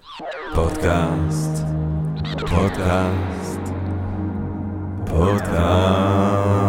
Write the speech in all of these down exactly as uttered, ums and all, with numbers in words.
פודקאסט, פודקאסט, פודקאסט.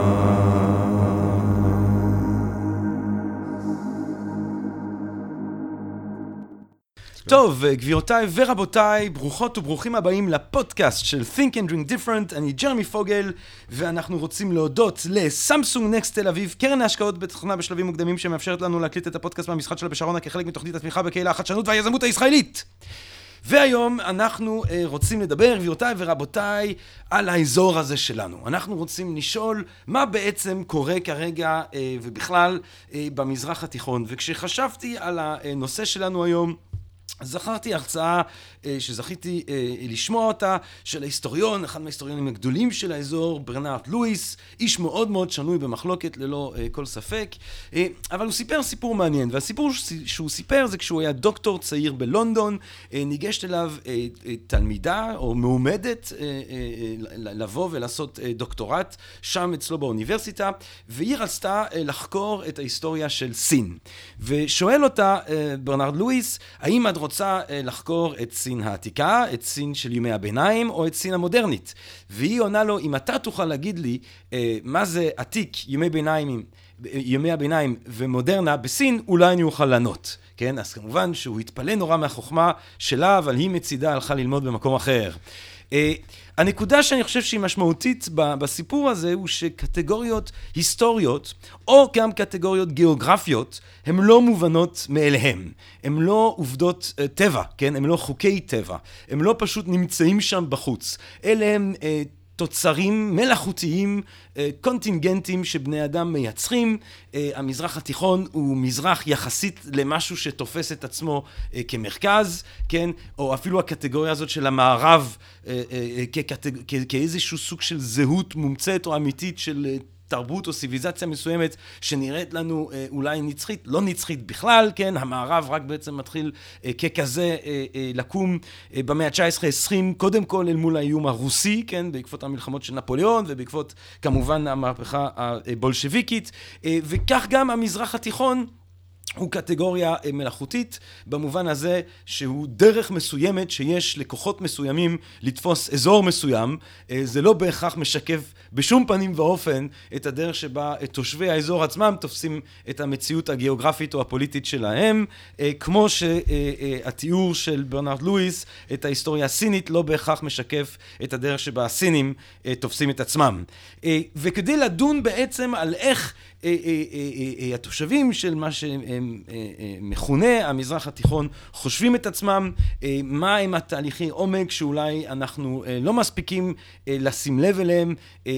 טוב, גבירותיי ורבותיי, ברוכות וברוכים הבאים לפודקאסט של Think and Drink Different. אני ג'רמי פוגל, ואנחנו רוצים להודות לסמסונג נקסט תל אביב, קרן ההשקעות בתוכנה בשלבים מוקדמים שמאפשרת לנו להקליט את הפודקאסט מהמשחק שלה בשרונה כחלק מתוכנית התמיכה בקהילה החדשנות והיזמות הישראלית. והיום אנחנו uh, רוצים לדבר, גבירותיי ורבותיי, על האזור הזה שלנו. אנחנו רוצים לשאול מה בעצם קורה כרגע uh, ובכלל uh, במזרח התיכון. וכשחשבתי על הנושא שלנו היום, זכרתי הרצאה שזכיתי לשמוע אותה של ההיסטוריון, אחד מההיסטוריונים הגדולים של האזור, ברנרד לואיס, איש מאוד מאוד שנוי במחלוקת ללא כל ספק, אבל הוא סיפר סיפור מעניין, והסיפור שהוא סיפר זה כשהוא היה דוקטור צעיר בלונדון, ניגשת אליו תלמידה או מעומדת לבוא ולעשות דוקטורט שם אצלו באוניברסיטה, והיא רצתה לחקור את ההיסטוריה של סין. ושואל אותה ברנרד לואיס, האם את רוצה לחקור את סין העתיקה, את סין של ימי הביניים, או את סין המודרנית? והיא עונה לו, אם אתה תוכל להגיד לי מה זה עתיק, ימי ביניים, ימי הביניים ומודרנה בסין, אולי אני אוכל לענות. כן? אז כמובן שהוא התפלא נורא מהחוכמה שלה, אבל היא מצידה הלכה ללמוד במקום אחר. הנקודה שאני חושב שהיא משמעותית בסיפור הזה הוא שקטגוריות היסטוריות או גם קטגוריות גיאוגרפיות הן לא מובנות מאליהם. הן לא עובדות טבע, כן? הן לא חוקי טבע. הן לא פשוט נמצאים שם בחוץ. אלה הם תוצרים מלאכותיים, קונטינגנטים שבני אדם מייצרים. המזרח התיכון הוא מזרח יחסית למשהו שתופס את עצמו כמרכז, כן? או אפילו הקטגוריה הזאת של המערב כאיזשהו סוג של זהות מומצאת או אמיתית של תרבות או סיביליזציה מסוימת שנראית לנו אה, אולי נצחית, לא נצחית בכלל, כן? המערב רק בעצם מתחיל אה, ככזה אה, אה, לקום אה, במאה ה-תשע עשרה עשרים, קודם כל אל מול האיום הרוסי, כן? בעקבות המלחמות של נפוליאון ובעקבות כמובן המהפכה הבולשביקית, אה, וכך גם המזרח התיכון הוא קטגוריה מלאכותית, במובן הזה שהוא דרך מסוימת שיש לכוחות מסוימים לתפוס אזור מסוים. זה לא בהכרח משקף בשום פנים ואופן את הדרך שבה תושבי האזור עצמם תופסים את המציאות הגיאוגרפית או הפוליטית שלהם, כמו שהתיאור של ברנרד לואיס, את ההיסטוריה הסינית, לא בהכרח משקף את הדרך שבה הסינים תופסים את עצמם. וכדי לדון בעצם על איך התושבים של מה שמכונה המזרח התיכון חושבים את עצמם, מה הם התהליכי עומק שאולי אנחנו לא מספיקים לשים לב אליהם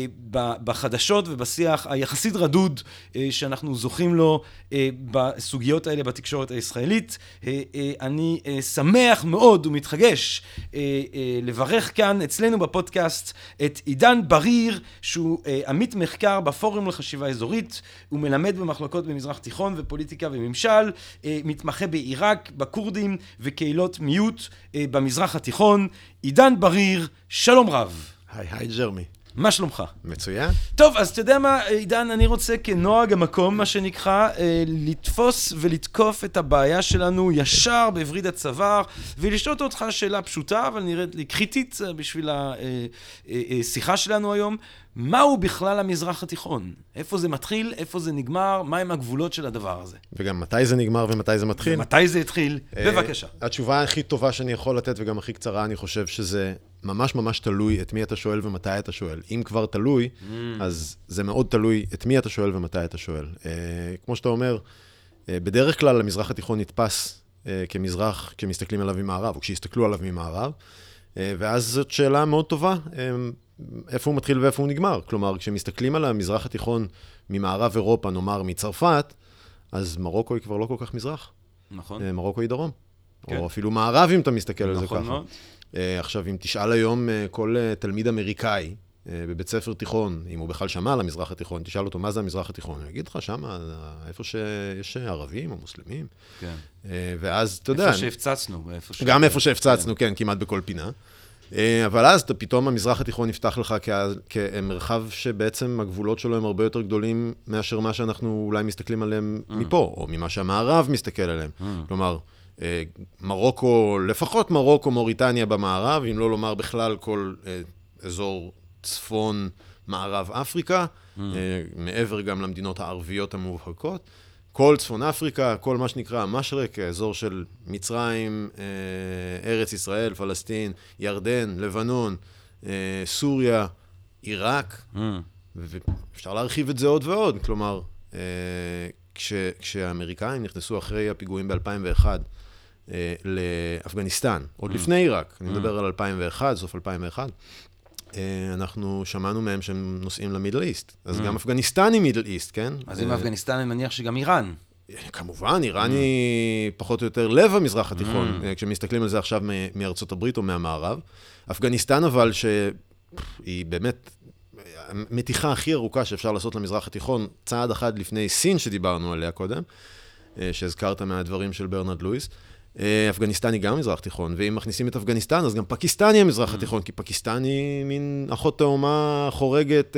בחדשות ובשיח היחסית רדוד שאנחנו זוכים לו בסוגיות האלה בתקשורת הישראלית. אני שמח מאוד ומתחגש לברך כאן אצלנו בפודקאסט את עידן בריר, שהוא עמית מחקר בפורום לחשיבה אזורית. הוא מלמד במחלקות במזרח תיכון ופוליטיקה וממשל, מתמחה בעיראק, בקורדים וקהילות מיעוט במזרח התיכון. עידן בריר, שלום רב. היי, היי ג'רמי. מה שלומך? מצוין. טוב, אז אתה יודע מה, עידן, אני רוצה כנוהג המקום, מה שנקרא, לתפוס ולתקוף את הבעיה שלנו ישר בווריד הצוואר, ולשאול אותך שאלה פשוטה, אבל נראית לי קריטית בשביל השיחה שלנו היום. מהו בכלל המזרח התיכון? איפה זה מתחיל? איפה זה נגמר? מהם הגבולות של הדבר הזה? וגם מתי זה נגמר ומתי זה מתחיל? ומתי זה התחיל? בבקשה. התשובה הכי טובה שאני יכול לתת וגם הכי קצרה, אני חושב שזה ממש ממש תלוי את מי אתה שואל ומתי אתה שואל. אם כבר תלוי, אז זה מאוד תלוי את מי אתה שואל ומתי אתה שואל. כמו שאתה אומר, בדרך כלל המזרח התיכון נתפס כמזרח, כשמסתכלים עליו ממערב, או כשיסתכלו עליו ממערב, ואז זאת שאלה מאוד טובה, איפה הוא מתחיל ואיפה הוא נגמר. כלומר, כשמסתכלים על המזרח התיכון ממערב אירופה, נאמר מצרפת, אז מרוקו היא כבר לא כל כך מזרח. נכון. מרוקו היא דרום. כן. או אפילו מערב, אם אתה מסתכל על זה ככה. נכון מאוד. עכשיו, אם תשאל היום כל תלמיד אמריקאי בבית ספר תיכון, אם הוא בכלל שמע על המזרח התיכון, תשאל אותו מה זה המזרח התיכון, אני אגיד לך שמה, איפה שיש ערבים או מוסלמים. כן. ואז, אתה יודע... איפה שהפצצנו. גם איפה שהפצצנו, כן, כמעט בכל פינה. אבל אז פתאום המזרח התיכון נפתח לך כמרחב שבעצם הגבולות שלו הם הרבה יותר גדולים מאשר מה שאנחנו אולי מסתכלים עליהם מפה, או ממה שהמערב מסתכל עליהם. כלומר, מרוקו, לפחות מרוקו, מוריטניה במערב, אם לא לומר בכלל כל אזור צפון מערב אפריקה, mm. מעבר גם למדינות הערביות המובהקות. כל צפון אפריקה, כל מה שנקרא משרק, האזור של מצרים, ארץ ישראל, פלסטין, ירדן, לבנון, סוריה, עיראק, mm. ואפשר להרחיב את זה עוד ועוד. כלומר, כש, כשהאמריקאים נכנסו אחרי הפיגועים ב-אלפיים ואחת לאפגניסטן, עוד mm. לפני עיראק, mm. אני מדבר על אלפיים ואחת, סוף אלפיים ואחת, אנחנו שמענו מהם שהם נוסעים למידל איסט. אז גם אפגניסטן היא מידל איסט, כן? אז אם אפגניסטן, אני מניח שגם איראן. כמובן, איראן היא פחות או יותר לב המזרח התיכון, כשמסתכלים על זה עכשיו מארצות הברית או מהמערב. אפגניסטן אבל שהיא באמת מתיחה הכי ארוכה שאפשר לעשות למזרח התיכון, צעד אחד לפני סין שדיברנו עליה קודם, שהזכרת מהדברים של ברנרד לואיס. אפגניסטן היא גם מזרח תיכון, ואם מכניסים את אפגניסטן, אז גם פקיסטן היא המזרח התיכון, כי פקיסטן היא מין אחות תאומה חורגת,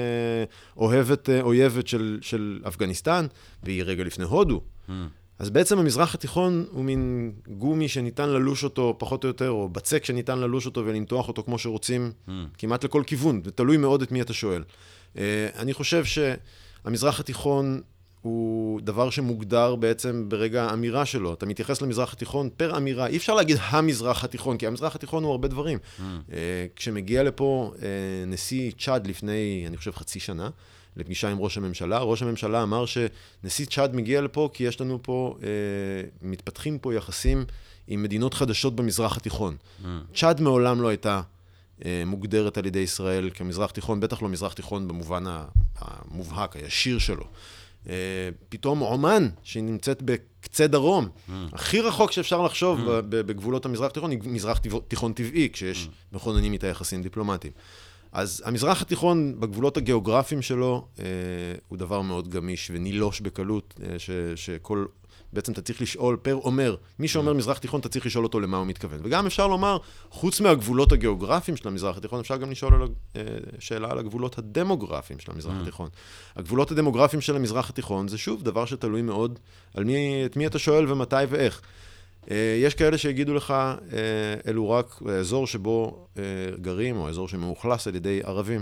אוהבת, אויבת של, של אפגניסטן, והיא רגע לפני הודו. אז בעצם המזרח התיכון הוא מין גומי שניתן ללוש אותו פחות או יותר, או בצק שניתן ללוש אותו ולנתוח אותו כמו שרוצים, כמעט לכל כיוון, ותלוי מאוד את מי אתה שואל. אני חושב שהמזרח התיכון הוא דבר שמוגדר בעצם ברגע האמירה שלו. אתה מתייחס למזרח התיכון פר אמירה. אי אפשר להגיד המזרח התיכון, כי המזרח התיכון הוא הרבה דברים. Mm. Uh, כשמגיע לפה uh, נשיא צ'אד לפני, אני חושב, חצי שנה, לפגישה עם ראש הממשלה, ראש הממשלה אמר שנשיא צ'אד מגיע לפה כי יש לנו פה, uh, מתפתחים פה יחסים עם מדינות חדשות במזרח התיכון. Mm. צ'אד מעולם לא הייתה uh, מוגדרת על ידי ישראל כמזרח תיכון, בטח לא מזרח תיכון במובן המובהק, הישיר שלו. Uh, פתאום עומן, שהיא נמצאת בקצה דרום, mm. הכי רחוק שאפשר לחשוב mm. בגבולות המזרח תיכון, היא מזרח תיכון טבעי, כשיש mm. מכוננים איתה יחסים דיפלומטיים. אז המזרח התיכון, בגבולות הגיאוגרפיים שלו, uh, הוא דבר מאוד גמיש ונילוש בקלות, uh, ש, שכל... בעצם אתה צריך לשאול פר אומר, מי שאומר מזרח תיכון, אתה צריך לשאול אותו למה הוא מתכוון. וגם אפשר לומר, חוץ מהגבולות הגיאוגרפיים של המזרח התיכון, אפשר גם לשאול על, שאלה על הגבולות הדמוגרפיים של המזרח התיכון. הגבולות הדמוגרפיים של המזרח התיכון, זה שוב דבר שתלוי מאוד על מי, את מי אתה שואל ומתי ואיך. יש כאלה שיגידו לך, אלו רק האזור שבו גרים, או האזור שמאוכלס על ידי ערבים.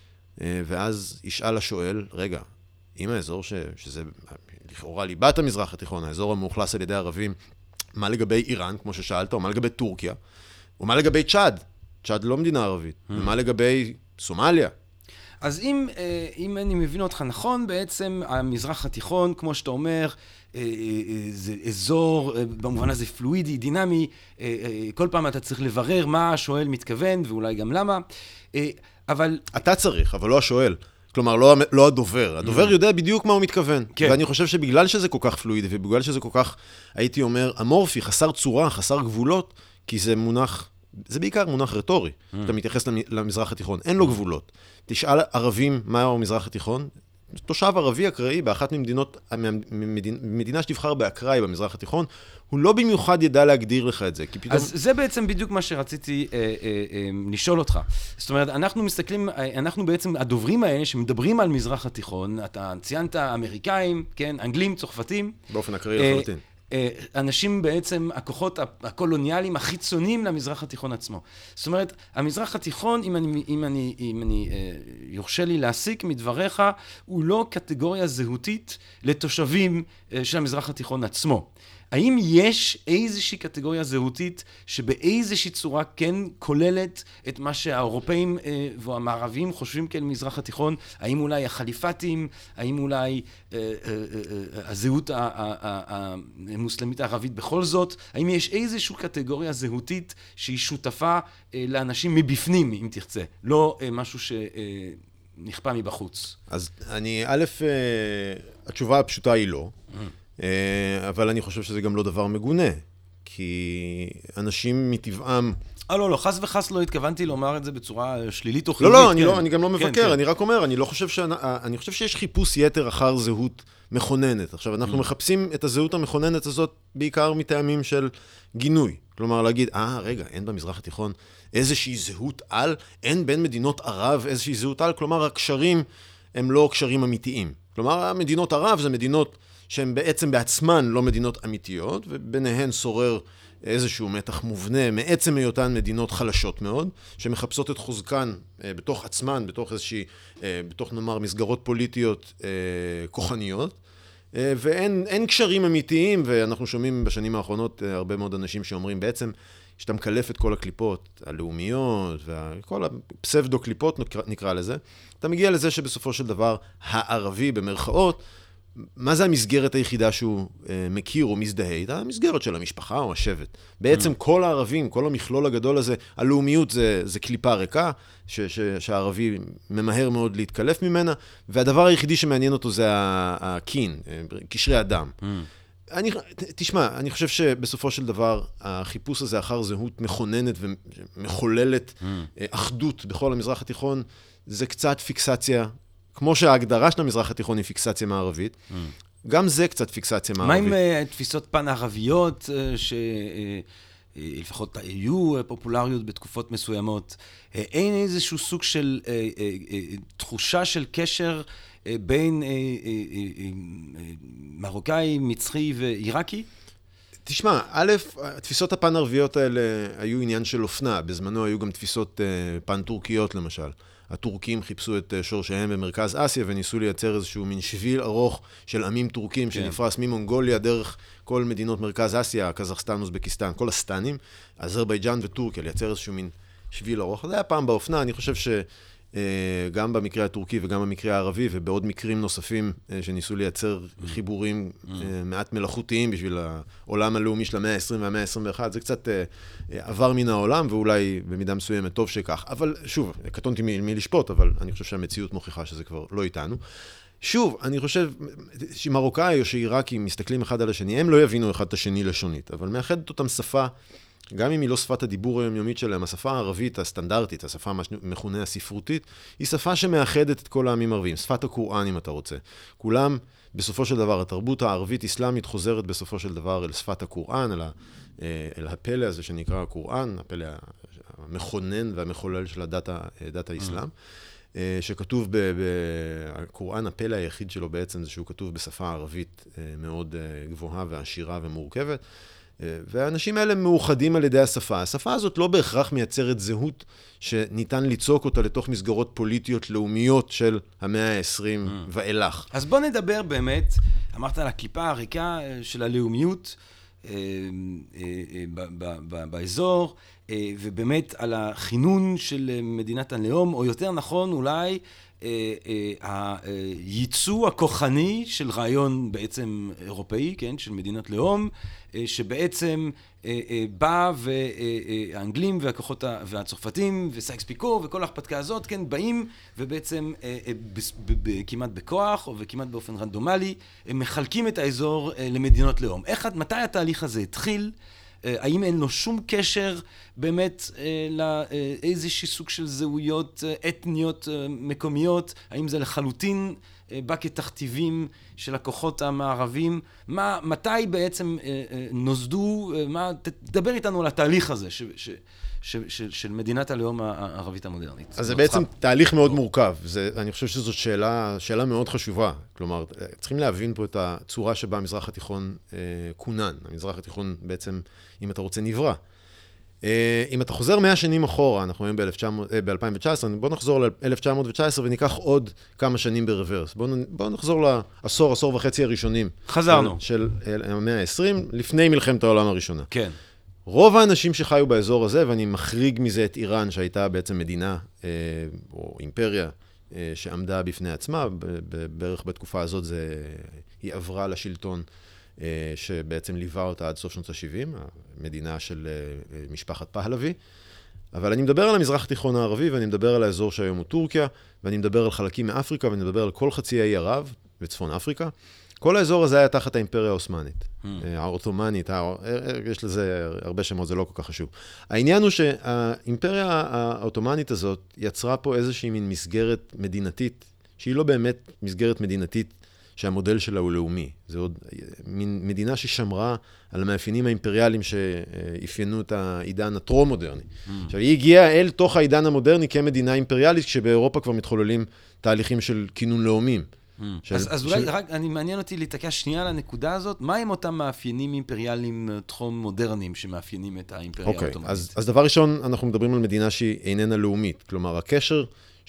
ואז ישאל השואל, רגע, אם האזור ש, שזה לכאורה ליבת המזרח התיכון, האזור המאוכלס על ידי ערבים, מה לגבי איראן, כמו ששאלת, או מה לגבי טורקיה, או מה לגבי צ'אד? צ'אד לא מדינה ערבית. ומה לגבי סומליה? אז אם, אם אני מבין אותך נכון, בעצם המזרח התיכון, כמו שאתה אומר, זה אזור, במובן הזה פלואידי, דינמי, כל פעם אתה צריך לברר מה השואל מתכוון, ואולי גם למה, אבל... אתה צריך, אבל לא השואל. כלומר, לא, לא הדובר. הדובר mm. יודע בדיוק מה הוא מתכוון. כן. ואני חושב שבגלל שזה כל כך פלואידי, ובגלל שזה כל כך, הייתי אומר, אמורפי, חסר צורה, חסר גבולות, כי זה מונח, זה בעיקר מונח רטורי. Mm. אתה מתייחס למזרח התיכון. אין לו גבולות. תשאל ערבים מה הוא המזרח התיכון, תושב ערבי אקראי באחת ממדינות, ממדינה, מדינה שתבחר באקראי במזרח התיכון, הוא לא במיוחד ידע להגדיר לך את זה. כי פתאום... אז זה בעצם בדיוק מה שרציתי אה, אה, אה, לשאול אותך. זאת אומרת, אנחנו מסתכלים, אנחנו בעצם, הדוברים האלה שמדברים על מזרח התיכון, אתה ציינת אמריקאים, כן, אנגלים, צרפתים. באופן אקראי לחלוטין. אנשים בעצם, הכוחות הקולוניאליים החיצוניים למזרח התיכון עצמו. זאת אומרת, המזרח התיכון, אם אני, אם אני, אם אני יורשה לי להסיק מדבריך, הוא לא קטגוריה זהותית לתושבים של המזרח התיכון עצמו. האם יש איזושהי קטגוריה זהותית שבאיזושהי צורה כן כוללת את מה שהאירופאים אה, והמערבים חושבים כאל מזרח התיכון? האם אולי החליפתים? האם אולי אה, אה, אה, הזהות המוסלמית הערבית בכל זאת? האם יש איזושהי קטגוריה זהותית שהיא שותפה אה, לאנשים מבפנים, אם תרצה? לא אה, משהו שנכפה אה, מבחוץ. אז אני, א', אה, התשובה הפשוטה היא לא. Mm. אבל אני חושב שזה גם לא דבר מגונה, כי אנשים מטבעם... אה, לא, לא, חס וחס לא התכוונתי לומר את זה בצורה שלילית או חיובית. לא, לא, אני, לא, אני גם לא מבקר, אני רק אומר, אני לא חושב ש... אני חושב שיש חיפוש יתר אחר זהות מכוננת. עכשיו, אנחנו מחפשים את הזהות המכוננת הזאת בעיקר מטעמים של גינוי. כלומר, להגיד, אה, רגע, אין במזרח התיכון איזושהי זהות על, אין בין מדינות ערב איזושהי זהות על, כלומר, הקשרים הם לא קשרים אמיתיים. כלומר, מדינות ערב זה מדינות שהן בעצם בעצמן לא מדינות אמיתיות, וביניהן שורר איזשהו מתח מובנה מעצם היותן מדינות חלשות מאוד, שמחפשות את חוזקן בתוך עצמן, בתוך איזושהי, בתוך נאמר מסגרות פוליטיות כוחניות, ואין אין קשרים אמיתיים, ואנחנו שומעים בשנים האחרונות הרבה מאוד אנשים שאומרים בעצם, שאתה מקלף את כל הקליפות הלאומיות, וכל הפסבדו-קליפות נקרא לזה, אתה מגיע לזה שבסופו של דבר הערבי במרכאות, מה זה המסגרת היחידה שהוא אה, מכיר או מזדהה? המסגרת של המשפחה או השבט. בעצם כל הערבים, כל המכלול הגדול הזה, הלאומיות זה, זה קליפה ריקה, ש, ש, שהערבי ממהר מאוד להתקלף ממנה, והדבר היחידי שמעניין אותו זה הקין, קשרי אדם. Mm. אני, תשמע, אני חושב שבסופו של דבר, החיפוש הזה אחר זהות מכוננת ומחוללת mm. אחדות בכל המזרח התיכון, זה קצת פיקסציה, כמו שההגדרה של המזרח התיכון היא פיקסציה מערבית, mm. גם זה קצת פיקסציה מערבית. מה עם uh, תפיסות פן ערביות, uh, שלפחות uh, היו uh, פופולריות בתקופות מסוימות? Uh, אין איזשהו סוג של uh, uh, uh, תחושה של קשר uh, בין uh, uh, uh, uh, מרוקאי, מצרי ועיראקי? תשמע, א', תפיסות הפן ערביות האלה היו עניין של אופנה, בזמנו היו גם תפיסות uh, פן טורקיות למשל. הטורקים חיפשו את שורשיהם במרכז אסיה וניסו לייצר איזשהו מין שביל ארוך של עמים טורקים כן. שנפרס ממונגוליה דרך כל מדינות מרכז אסיה, קזחסטן, אוזבקיסטן, כל הסטנים, אזרבייג'אן וטורקיה, לייצר איזשהו מין שביל ארוך. זה היה פעם באופנה, אני חושב שגם במקרה הטורקי וגם במקרה הערבי ובעוד מקרים נוספים שניסו לייצר חיבורים מעט מלאכותיים בשביל העולם הלאומי של המאה ה-עשרים והמאה ה-עשרים ואחת, זה קצת עבר מן העולם, ואולי במידה מסוימת טוב שכך. אבל שוב, קטונתי מי לשפוט, אבל אני חושב שהמציאות מוכיחה שזה כבר לא איתנו. שוב, אני חושב שמרוקאי או שעיראקי מסתכלים אחד על השני, הם לא יבינו אחד את השני לשונית, אבל מאחדת אותם שפה, גם אם היא לא שפת הדיבור היומיומית שלהם, השפה הערבית הסטנדרטית, השפה מכונה הספרותית, היא שפה שמאחדת את כל העמים הערביים, שפת הקוראן אם אתה רוצה. כולם, בסופו של דבר, התרבות הערבית-אסלאמית חוזרת בסופו של דבר אל שפת הקוראן, אל, ה, אל הפלא הזה שנקרא הקוראן, הפלא המכונן והמחולל של הדת, דת האסלאם, שכתוב בקוראן, הפלא היחיד שלו בעצם זה שהוא כתוב בשפה ערבית מאוד גבוהה ועשירה ומורכבת, והאנשים האלה מאוחדים על ידי השפה. השפה הזאת לא בהכרח מייצרת זהות שניתן ליצוק אותה לתוך מסגרות פוליטיות לאומיות של המאה ה-עשרים mm. ואילך. אז בוא נדבר באמת, אמרת על הקליפה הריקה של הלאומיות אה, אה, אה, ב- ב- באזור, אה, ובאמת על החינון של מדינת הלאום, או יותר נכון אולי, הייצוא הכוחני של רעיון בעצם אירופאי, כן, של מדינת לאום, שבעצם בא והאנגלים והכוחות והצרפתים וסייקס פיקו וכל ההרפתקה הזאת, כן, באים ובעצם כמעט בכוח או וכמעט באופן רנדומלי, מחלקים את האזור למדינות לאום. איך, מתי התהליך הזה התחיל? האם אין לו שום קשר באמת לאיזשהו סוג של זהויות אתניות מקומיות? האם זה לחלוטין בא כתכתיבים של הכוחות המערבים? מה, מתי בעצם נוסדו, מה, תדבר איתנו על התהליך הזה ש, ש, ש, ש, של מדינת הלאום הערבית המודרנית. אז זה בעצם תהליך מאוד מורכב. זה, אני חושב שזאת שאלה, שאלה מאוד חשובה. כלומר, צריכים להבין פה את הצורה שבה המזרח התיכון אה, כונן. המזרח התיכון בעצם, אם אתה רוצה, נברא. אה, אם אתה חוזר מאה שנים אחורה, אנחנו היום ב-אלפיים תשע עשרה, בואו נחזור ל-אלף תשע מאות תשע עשרה וניקח עוד כמה שנים ברוורס. בואו בוא נחזור לעשור, עשור וחצי הראשונים. חזרנו. של, של המאה ה-עשרים, לפני מלחמת העולם הראשונה. כן. רוב האנשים שחיו באזור הזה, ואני מחריג מזה את איראן, שהייתה בעצם מדינה אה, או אימפריה אה, שעמדה בפני עצמה, בערך בתקופה הזאת זה, היא עברה לשלטון אה, שבעצם ליווה אותה עד סוף שנות ה-שבעים, המדינה של אה, משפחת פהלוי. אבל אני מדבר על המזרח התיכון הערבי, ואני מדבר על האזור שהיום הוא טורקיה, ואני מדבר על חלקים מאפריקה, ואני מדבר על כל חצי האי ערב וצפון אפריקה. כל האזור הזה היה תחת האימפריה האוסמנית, האותומנית, יש לזה הרבה שמות, זה לא כל כך חשוב. העניין הוא שהאימפריה האותומנית הזאת יצרה פה איזושהי מין מסגרת מדינתית, שהיא לא באמת מסגרת מדינתית שהמודל שלה הוא לאומי. זה עוד מין מדינה ששמרה על המאפיינים האימפריאליים שאפיינו את העידן הטרום-מודרני. עכשיו, היא הגיעה אל תוך העידן המודרני כמדינה אימפריאלית, כשבאירופה כבר מתחוללים תהליכים של כינון לאומים. אז אולי רק, אני מעניין אותי להתעקש שנייה על הנקודה הזאת, מה הם אותם מאפיינים אימפריאליים טרום מודרניים שמאפיינים את האימפריה האוטומנית? אז דבר ראשון, אנחנו מדברים על מדינה שהיא איננה לאומית, כלומר, הקשר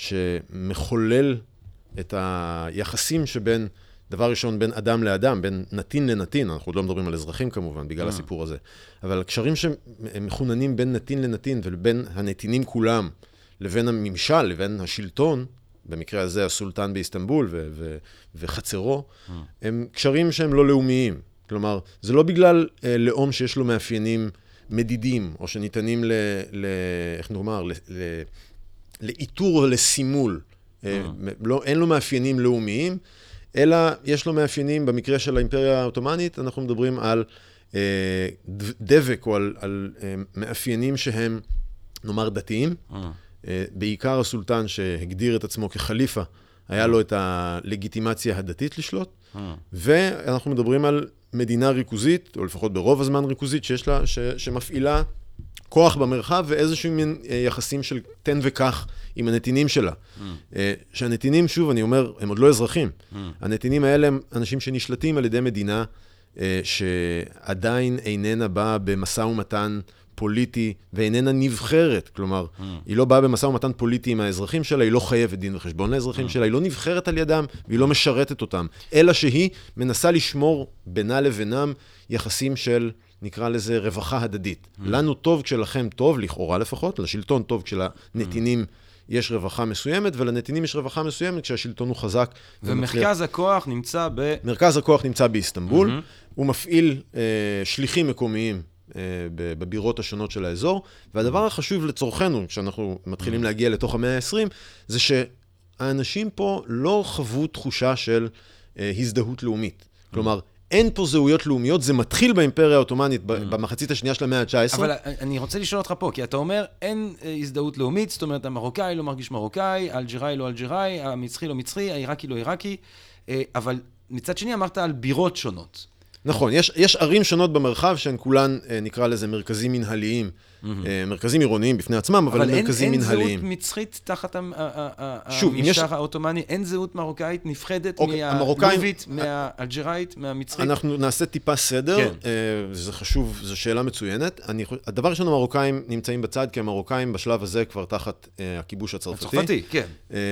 שמחולל את היחסים שבין, דבר ראשון, בין אדם לאדם, בין נתין לנתין, אנחנו עוד לא מדברים על אזרחים כמובן, בגלל הסיפור הזה, אבל הקשרים שמכוננים בין נתין לנתין, ובין הנתינים כולם, לבין הממשל, לבין השלטון, במקרה הזה הסולטן באיסטנבול ו- ו- וחצרו, הם קשרים שהם לא לאומיים. כלומר, זה לא בגלל אה, לאום שיש לו מאפיינים מדידים, או שניתנים ל... ל- איך נאמר? ל- ל- לאיתור או לסימול. אה, לא, אין לו מאפיינים לאומיים, אלא יש לו מאפיינים, במקרה של האימפריה האוטומנית, אנחנו מדברים על אה, דבק או על, על אה, מאפיינים שהם, נאמר, דתיים. בעיקר הסולטן שהגדיר את עצמו כחליפה, היה לו את הלגיטימציה הדתית לשלוט, ואנחנו מדברים על מדינה ריכוזית, או לפחות ברוב הזמן ריכוזית, שיש לה, ש, שמפעילה כוח במרחב ואיזשהו מין יחסים של תן וכך עם הנתינים שלה. שהנתינים, שוב, אני אומר, הם עוד לא אזרחים. הנתינים האלה הם אנשים שנשלטים על ידי מדינה שעדיין איננה באה במשא ומתן פוליטי, ואיננה נבחרת, כלומר, mm. היא לא באה במשא ומתן פוליטי עם האזרחים שלה, היא לא חייבת דין וחשבון לאזרחים mm. שלה, היא לא נבחרת על ידם, והיא לא משרתת אותם, אלא שהיא מנסה לשמור בינה לבינם יחסים של, נקרא לזה, רווחה הדדית. Mm. לנו טוב כשלכם טוב, לכאורה לפחות, לשלטון טוב כשלנתינים mm. יש רווחה מסוימת, ולנתינים יש רווחה מסוימת כשהשלטון הוא חזק. ומרכז ומצליח... הכוח נמצא ב... מרכז הכוח נמצא באיסטנבול, mm-hmm. הוא מפעיל אה, שליחים מקומיים, בבירות השונות של האזור, והדבר החשוב לצורכנו, כשאנחנו מתחילים להגיע לתוך המאה ה-עשרים, זה שהאנשים פה לא חוו תחושה של הזדהות לאומית. כלומר, אין פה זהויות לאומיות, זה מתחיל באימפריה האוטומנית במחצית השנייה של המאה ה-תשע עשרה. אבל אני רוצה לשאול אותך פה, כי אתה אומר, אין הזדהות לאומית, זאת אומרת, המרוקאי לא מרגיש מרוקאי, האלג'יראי לא אלג'יראי, המצרי לא מצרי, העיראקי לא עיראקי, אבל מצד שני אמרת על בירות שונות. נכון, יש, יש ערים שונות במרחב שהן כולן, נקרא לזה, מרכזים מנהליים, mm-hmm. מרכזים עירוניים בפני עצמם, אבל, אבל מרכזים אין, מנהליים. אבל אין זהות מצרית תחת המשטר יש... האוטומני? אין זהות מרוקאית נפרדת אוקיי, מהלובית, מהאלג'יראית, מהמצרית? אנחנו נעשה טיפה סדר, כן. זה חשוב, זו שאלה מצוינת. אני, הדבר ראשון, המרוקאים נמצאים בצד, כי המרוקאים בשלב הזה כבר תחת הכיבוש הצרפתי. הצרפתי, כן.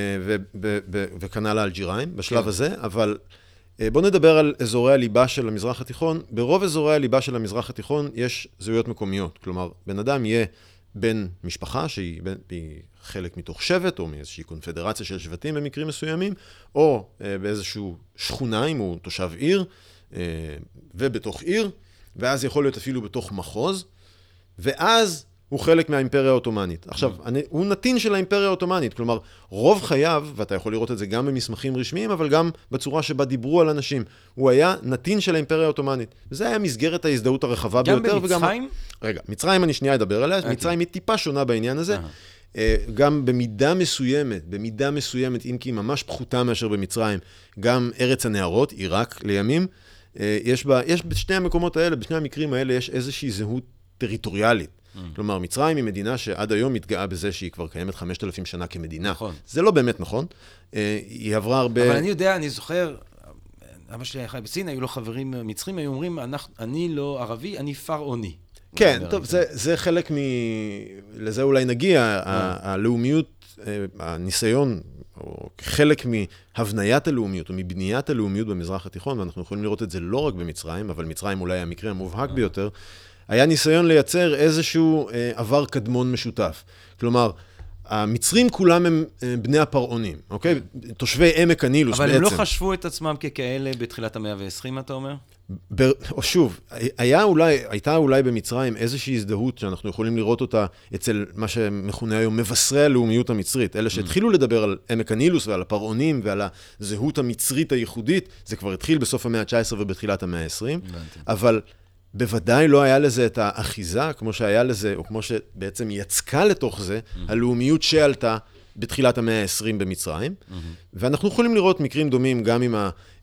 וכנ"ל האלג'יראים בשלב כן. הזה, אבל... בואו נדבר על אזורי הליבה של המזרח התיכון. ברוב אזורי הליבה של המזרח התיכון יש זהויות מקומיות. כלומר, בן אדם יהיה בן משפחה, שהיא בין, חלק מתוך שבט, או מאיזושהי קונפדרציה של שבטים במקרים מסוימים, או באיזשהו שכונה, אם הוא תושב עיר, ובתוך עיר, ואז יכול להיות אפילו בתוך מחוז, ואז הוא חלק מהאימפריה האוטומנית. עכשיו, אני, הוא נתין של האימפריה האוטומנית, כלומר, רוב חייו, ואתה יכול לראות את זה גם במסמכים רשמיים, אבל גם בצורה שבה דיברו על אנשים, הוא היה נתין של האימפריה האוטומנית. וזה היה מסגרת ההזדהות הרחבה גם ביותר. במצרים? וגם... רגע, מצרים אני שנייה אדבר עליה, okay. מצרים היא טיפה שונה בעניין הזה, uh-huh. גם במידה מסוימת, במידה מסוימת, אם כי ממש פחותה מאשר במצרים, גם ארץ הנהרות, עיראק לימים, יש בה, יש בשני המקומות האלה, בשני המקרים האלה, יש איזושהי זהות טריטוריאלית. כלומר, מצרים היא מדינה שעד היום מתגאה בזה שהיא כבר קיימת חמשת אלפים שנה כמדינה. נכון. זה לא באמת נכון. היא עברה הרבה... אבל אני יודע, אני זוכר, אבא שלי היה חי בסין, היו לו חברים מצרים, היו אומרים, אני לא ערבי, אני פרעוני. כן, טוב, זה, זה חלק מ... לזה אולי נגיע, הלאומיות, הניסיון, או חלק מהבניית הלאומיות, או מבניית הלאומיות במזרח התיכון, ואנחנו יכולים לראות את זה לא רק במצרים, אבל מצרים אולי המקרה המובהק ביותר, היה ניסיון לייצר איזשהו אה, עבר קדמון משותף. כלומר, המצרים כולם הם אה, בני הפרעונים, אוקיי? תושבי עמק הנילוס אבל בעצם. אבל הם לא חשבו את עצמם ככאלה בתחילת המאה ועשרים, אתה אומר? ב... או שוב, היה אולי, הייתה אולי במצרים איזושהי הזדהות שאנחנו יכולים לראות אותה אצל מה שמכונה היום מבשרי הלאומיות המצרית. אלה שהתחילו לדבר על עמק הנילוס ועל הפרעונים ועל הזהות המצרית הייחודית, זה כבר התחיל בסוף המאה ה-תשע עשרה ובתחילת המאה ה-עשרים. אבל... בוודאי לא היה לזה את האחיזה, כמו שהיה לזה, או כמו שבעצם יצקה לתוך זה, mm-hmm. הלאומיות שעלתה בתחילת המאה ה-עשרים במצרים. Mm-hmm. ואנחנו יכולים לראות מקרים דומים גם עם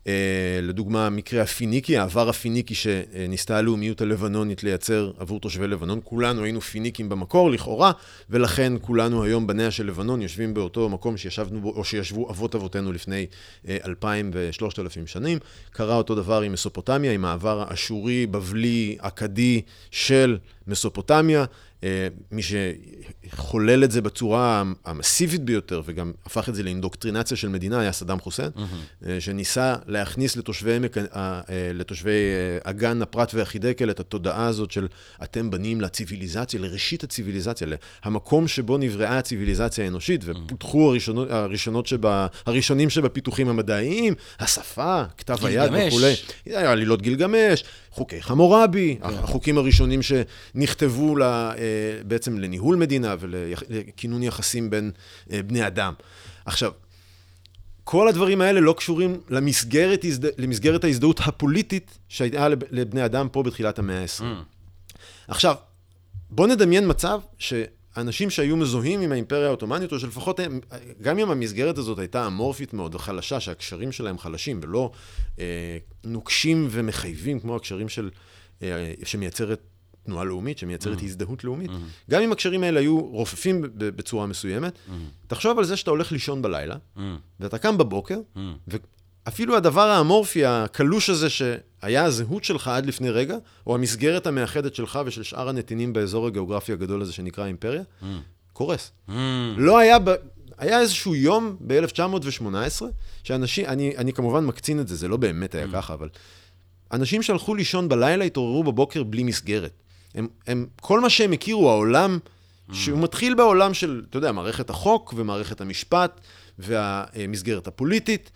לדוגמה, מקרה הפיניקי, העבר הפיניקי שניסתה הלאומיות הלבנונית לייצר עבור תושבי לבנון. כולנו היינו פיניקים במקור, לכאורה, ולכן כולנו היום בניה של לבנון יושבים באותו מקום שישבנו בו, או שישבו אבות אבותינו לפני אלפיים ושלושת אלפים שנים. קרה אותו דבר עם מסופוטמיה, עם העבר האשורי, בבלי, אכדי של מסופוטמיה. מי שחולל את זה בצורה המסיבית ביותר, וגם הפך את זה לאינדוקטרינציה של מדינה, היה סדאם חוסיין, שניסה להכניס לתושבי, לתושבי אגן הפרת והחידקל את התודעה הזאת של אתם בנים לציביליזציה, לראשית הציביליזציה, המקום שבו נבראה הציביליזציה האנושית, ופותחו הראשונות, הראשונות שבה, הראשונים שבפיתוחים המדעיים, השפה, כתב היד וכולי. עלילות גילגמש, חוקי חמורבי, החוקים הראשונים שנכתבו בעצם לניהול מדינה ולכינון יחסים בין בני אדם. עכשיו, כל הדברים האלה לא קשורים למסגרת, למסגרת ההזדהות הפוליטית שהייתה לבני אדם פה בתחילת המאה ה-עשרים. עכשיו, בוא נדמיין מצב שאנשים שהיו מזוהים עם האימפריה האוטומנית, או שלפחות גם אם המסגרת הזאת הייתה אמורפית מאוד וחלשה, שהקשרים שלהם חלשים ולא אה, נוקשים ומחייבים, כמו הקשרים של, אה, שמייצרת תנועה לאומית, שמייצרת הזדהות לאומית, גם אם הקשרים האלה היו רופפים בצורה מסוימת, תחשוב על זה שאתה הולך לישון בלילה, ואתה קם בבוקר, ואפילו הדבר האמורפי, הקלוש הזה שהיה הזהות שלך עד לפני רגע, או המסגרת המאחדת שלך ושל שאר הנתינים באזור הגיאוגרפי הגדול הזה שנקרא אימפריה, קורס. לא היה... היה איזשהו יום ב-אלף תשע מאות שמונה עשרה, שאנשים, אני, אני כמובן מקצין את זה, זה לא באמת היה ככה, אבל אנשים שהלכו לישון בלילה התעוררו בבוקר בלי מסגרת. הם, הם, כל מה שהם הכירו, העולם, שהוא מתחיל בעולם של, אתה יודע, מערכת החוק ומערכת המשפט, והמסגרת הפוליטית,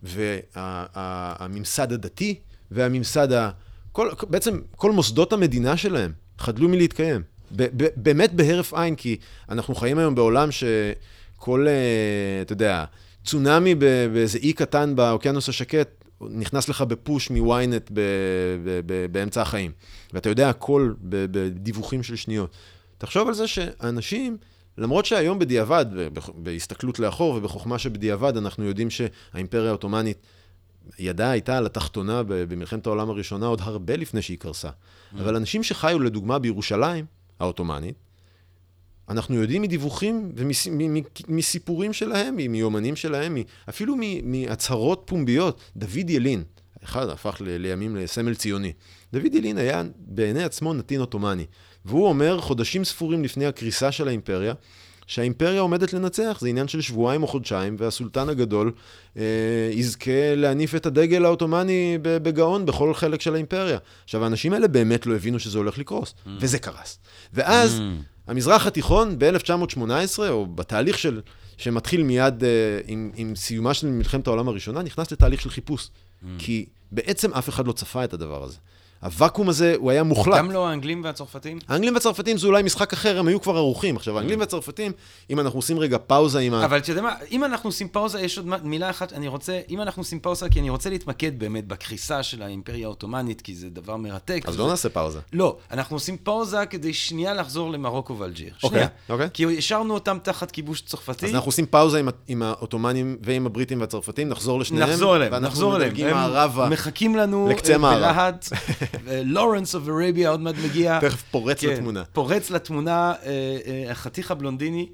והממסד הדתי, והממסד ה... כל, בעצם כל מוסדות המדינה שלהם חדלו מלהתקיים. ב, ב, באמת בהרף עין, כי אנחנו חיים היום בעולם שכל, אתה יודע, צונמי באיזה אי קטן באוקיינוס השקט, נכנס לך בפוש מוויינט באמצע החיים. ואתה יודע הכל בדיווחים של שניות. תחשוב על זה שאנשים, למרות שהיום בדיעבד, בהסתכלות לאחור ובחוכמה שבדיעבד, אנחנו יודעים שהאימפריה האוטומנית ידעה הייתה על התחתונה במלחמת העולם הראשונה עוד הרבה לפני שהיא קרסה. אבל אנשים שחיו לדוגמה בירושלים האוטומנית, אנחנו יודעים מדיווחים ומסיפורים שלהם, מיומנים שלהם, אפילו מהצהרות פומביות. דוד ילין, אחד הפך לימים לסמל ציוני. דוד ילין היה בעיני עצמו נתין אוטומני, והוא אומר חודשים ספורים לפני הקריסה של האימפריה, שהאימפריה עומדת לנצח, זה עניין של שבועיים או חודשיים, והסולטן הגדול אה, יזכה להניף את הדגל האוטומני בגאון בכל חלק של האימפריה. עכשיו, האנשים האלה באמת לא הבינו שזה הולך לקרוס, mm. וזה קרס. ואז mm. המזרח התיכון ב-אלף תשע מאות שמונה עשרה, או בתהליך של, שמתחיל מיד אה, עם, עם סיומה של מלחמת העולם הראשונה, נכנס לתהליך של חיפוש. Mm. כי בעצם אף אחד לא צפה את הדבר הזה. הוואקום הזה, הוא היה מוחלט. גם לא האנגלים והצרפתים? האנגלים והצרפתים זה אולי משחק אחר, הם היו כבר ערוכים. עכשיו, האנגלים והצרפתים, אם אנחנו עושים רגע פאוזה עם ה... אבל אתה יודע מה, אם אנחנו עושים פאוזה, יש עוד מילה אחת, אני רוצה, אם אנחנו עושים פאוזה, כי אני רוצה להתמקד באמת בקריסה של האימפריה האוטומנית, כי זה דבר מרתק. אז לא נעשה פאוזה. לא, אנחנו עושים פאוזה כדי שנייה לחזור למרוקו ואלג'יר. שנייה. כי השארנו אותם תחת כיבוש צרפתי. אז אנחנו עושים פאוזה עם העות'מאנים ועם הבריטים והצרפתים, נחזור לשניהם. נחזור אליהם, נחזור אליהם. הם מחכים לנו בלהט, לורנס of Arabia עוד מעט מגיע. תכף פורץ כן, לתמונה. פורץ לתמונה, החתיך הבלונדיני,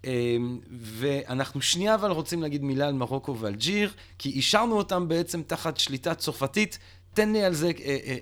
ואנחנו שנייה אבל רוצים להגיד מילה על מרוקו ואלג'יר, כי אישרנו אותם בעצם תחת שליטה צרפתית. תן לי על זה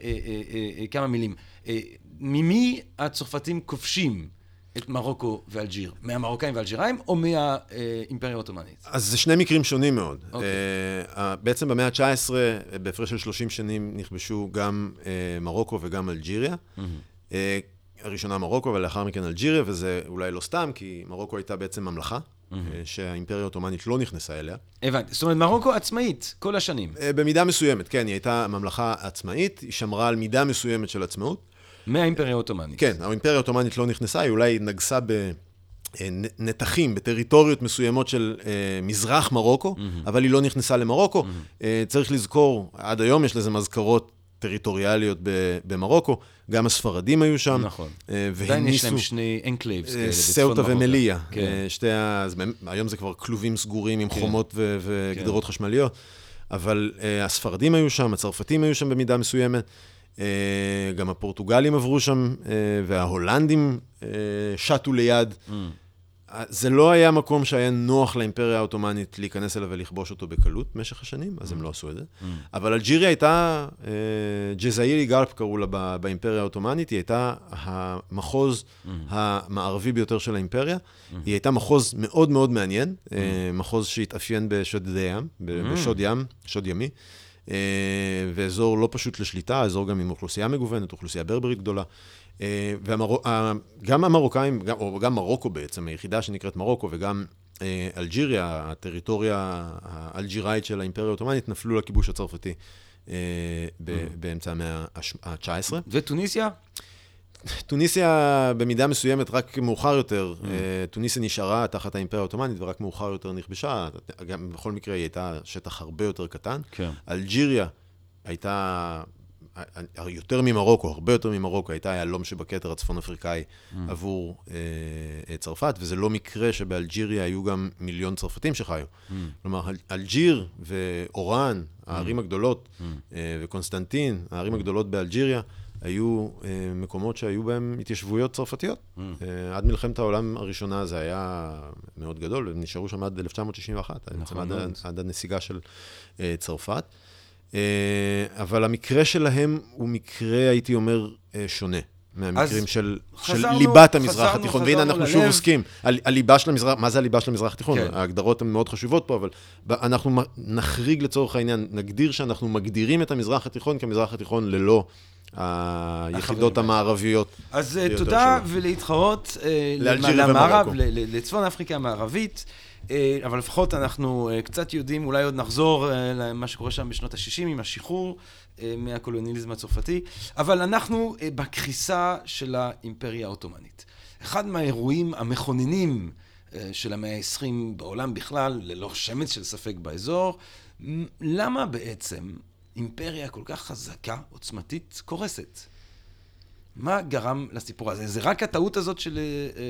כמה מילים. ממי הצרפתים כובשים את מרוקו ואלג'יר? מהמרוקאים ואלג'יראים או מהאימפריה האוטומנית? אז זה שני מקרים שונים מאוד. Okay. Uh, בעצם במאה ה-תשע עשרה, בהפרש של שלושים שנים, נכבשו גם uh, מרוקו וגם אלג'יריה. Mm-hmm. Uh, הראשונה מרוקו ולאחר מכן אלג'יריה, וזה אולי לא סתם, כי מרוקו הייתה בעצם ממלכה, mm-hmm. uh, שהאימפריה האוטומנית לא נכנסה אליה. הבנתי. זאת אומרת, מרוקו עצמאית כל השנים. Uh, במידה מסוימת, כן, היא הייתה ממלכה עצמאית, היא שמרה על מידה מסוימת של עצמאות. מהאימפריה האוטומנית. כן, האימפריה האוטומנית לא נכנסה, היא אולי נגסה בנתחים, בטריטוריות מסוימות של מזרח מרוקו, אבל היא לא נכנסה למרוקו. צריך לזכור, עד היום יש לזה מזכרות טריטוריאליות במרוקו, גם הספרדים היו שם. נכון. עדיין יש להם שני אנקלייבס כאלה. סאוטה ומליה. היום זה כבר כלובים סגורים עם חומות וגדרות חשמליות. אבל uh, הספרדים היו שם, הצרפתים היו שם במידה מסוימת, uh, גם הפורטוגלים עברו שם, uh, וההולנדים uh, שטו ליד. Mm. זה לא היה מקום שהיה נוח לאימפריה האוטומנית להיכנס אליו ולכבוש אותו בקלות במשך השנים, אז הם לא עשו את זה. אבל אלג'יריה הייתה, ג'זאירי גלפ קראו לה באימפריה האוטומנית, היא הייתה המחוז המערבי ביותר של האימפריה. היא הייתה מחוז מאוד מאוד מעניין, מחוז שהתאפיין בשוד ים, בשוד ים, שוד ימי, ואזור לא פשוט לשליטה, אזור גם עם אוכלוסייה מגוונת, אוכלוסייה ברברית גדולה. גם המרוקאים, או גם מרוקו בעצם, היחידה שנקראת מרוקו, וגם אלג'יריה, הטריטוריה האלג'יראית של האימפריה האוטומנית, נפלו לכיבוש הצרפתי באמצע המאה ה-תשע עשרה. וטוניסיה? טוניסיה במידה מסוימת רק מאוחר יותר, טוניסיה נשארה תחת האימפריה האוטומנית, ורק מאוחר יותר נכבשה, גם בכל מקרה היא הייתה שטח הרבה יותר קטן. אלג'יריה הייתה יותר ממרוקו, הרבה יותר ממרוקו, הייתה היהלום שבכתר הצפון אפריקאי עבור צרפת, וזה לא מקרה שבאלג'יריה היו גם מיליון צרפתים שחיו. כלומר, אלג'יר ואורן, הערים הגדולות, וקונסטנטין, הערים הגדולות באלג'יריה, היו מקומות שהיו בהם התיישבויות צרפתיות. עד מלחמת העולם הראשונה זה היה מאוד גדול, נשארו שם עד אלף תשע מאות שישים ואחת, עד הנסיגה של צרפת. אבל המקרה שלהם הוא מקרה, הייתי אומר, שונה מהמקרים של ליבת המזרח התיכון. והנה אנחנו שוב עוסקים על הליבה של המזרח, מה זה הליבה של המזרח התיכון? ההגדרות הן מאוד חשובות פה, אבל אנחנו נחריג לצורך העניין, נגדיר שאנחנו מגדירים את המזרח התיכון כמזרח התיכון ללא היחידות המערביות. אז תודה ולהתחרות למערב, לצפון אפריקה המערבית. אבל לפחות אנחנו קצת יודעים, אולי עוד נחזור למה שקורה שם בשנות ה-שישים עם השחרור מהקולוניאליזם הצרפתי, אבל אנחנו בקריסה של האימפריה האוטומנית. אחד מהאירועים המכוננים של המאה ה-עשרים בעולם בכלל, ללא שמץ של ספק באזור, למה בעצם אימפריה כל כך חזקה, עוצמתית, קורסת? מה גרם לסיפור הזה? זה רק הטעות הזאת של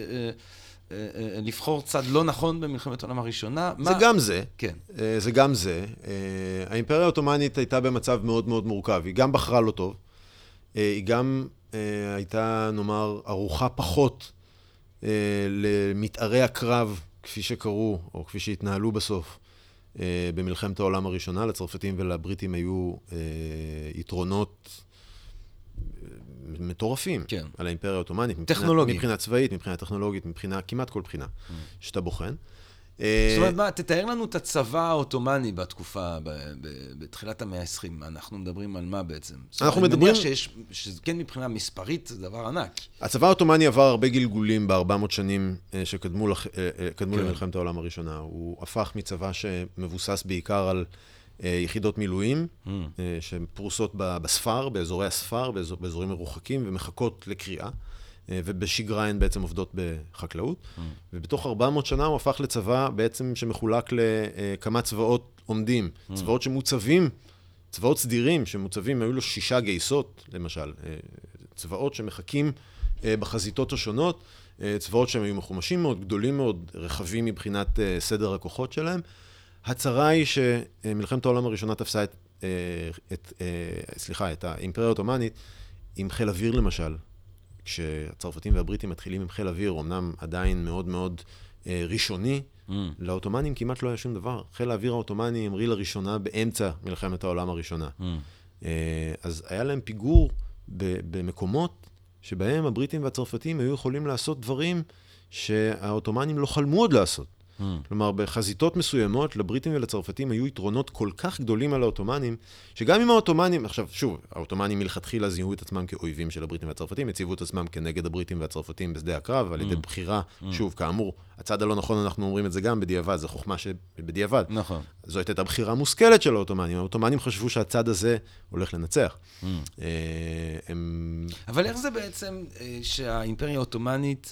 לבחור צד לא נכון במלחמת העולם הראשונה? זה גם זה. כן. זה גם זה. האימפריה האוטומנית הייתה במצב מאוד מאוד מורכב. היא גם בחרה לא טוב. היא גם הייתה, נאמר, ערוכה פחות למתארי הקרב, כפי שקראו, או כפי שהתנהלו בסוף, במלחמת העולם הראשונה. לצרפתים ולבריטים היו יתרונות מטורפים כן. על האימפריה האוטומנית. טכנולוגית. מבחינה צבאית, מבחינה טכנולוגית, מבחינה, כמעט כל בחינה mm. שאתה בוחן. זאת אומרת, מה, תתאר לנו את הצבא האוטומני בתקופה, ב- ב- בתחילת המאה ה-עשרים. אנחנו מדברים על מה בעצם? אנחנו מדברים... אני מניח שיש, שזה כן מבחינה מספרית, זה דבר ענק. הצבא האוטומני עבר הרבה גלגולים ב-ארבע מאות שנים שקדמו לח... קדמו כן. למלחמת העולם הראשונה. הוא הפך מצבא שמבוסס בעיקר על יחידות מילואים, mm. שפרוסות בספר, באזורי הספר, באזור, באזורים מרוחקים, ומחכות לקריאה, ובשגרה הן בעצם עובדות בחקלאות. Mm. ובתוך ארבע מאות שנה הוא הפך לצבא בעצם שמחולק לכמה צבאות עומדים, mm. צבאות שמוצבים, צבאות סדירים שמוצבים, היו לו שישה גייסות, למשל, צבאות שמחכים בחזיתות השונות, צבאות שהם היו מחומשים מאוד, גדולים מאוד, רחבים מבחינת סדר הכוחות שלהם. הצרה היא שמלחמת העולם הראשונה תפסה את, את, סליחה, את האימפריה האוטומנית עם חיל אוויר למשל. כשהצרפתים והבריטים מתחילים עם חיל אוויר, אמנם עדיין מאוד מאוד ראשוני, mm. לאוטומנים כמעט לא היה שום דבר. חיל האוויר האוטומני המריא לראשונה באמצע מלחמת העולם הראשונה. Mm. אז היה להם פיגור במקומות שבהם הבריטים והצרפתים היו יכולים לעשות דברים שהאוטומנים לא חלמו עוד לעשות. Hmm. כלומר, בחזיתות מסוימות, לבריטים ולצרפתים היו יתרונות כל כך גדולים על האוטומנים, שגם אם האוטומנים, עכשיו, שוב, האוטומנים מלכתחילה זיהו את עצמם כאויבים של הבריטים והצרפתים, הציבו את עצמם כנגד הבריטים והצרפתים בשדה הקרב, על ידי hmm. בחירה, hmm. שוב, כאמור, הצד הלא נכון, אנחנו אומרים את זה גם בדיעבד, זו חוכמה שבדיעבד. נכון. זו הייתה הבחירה מושכלת של האוטומנים. האוטומנים חשבו שהצד הזה הולך לנצח. Hmm. הם... אבל איך זה בעצם שהאימפריה האוטומנית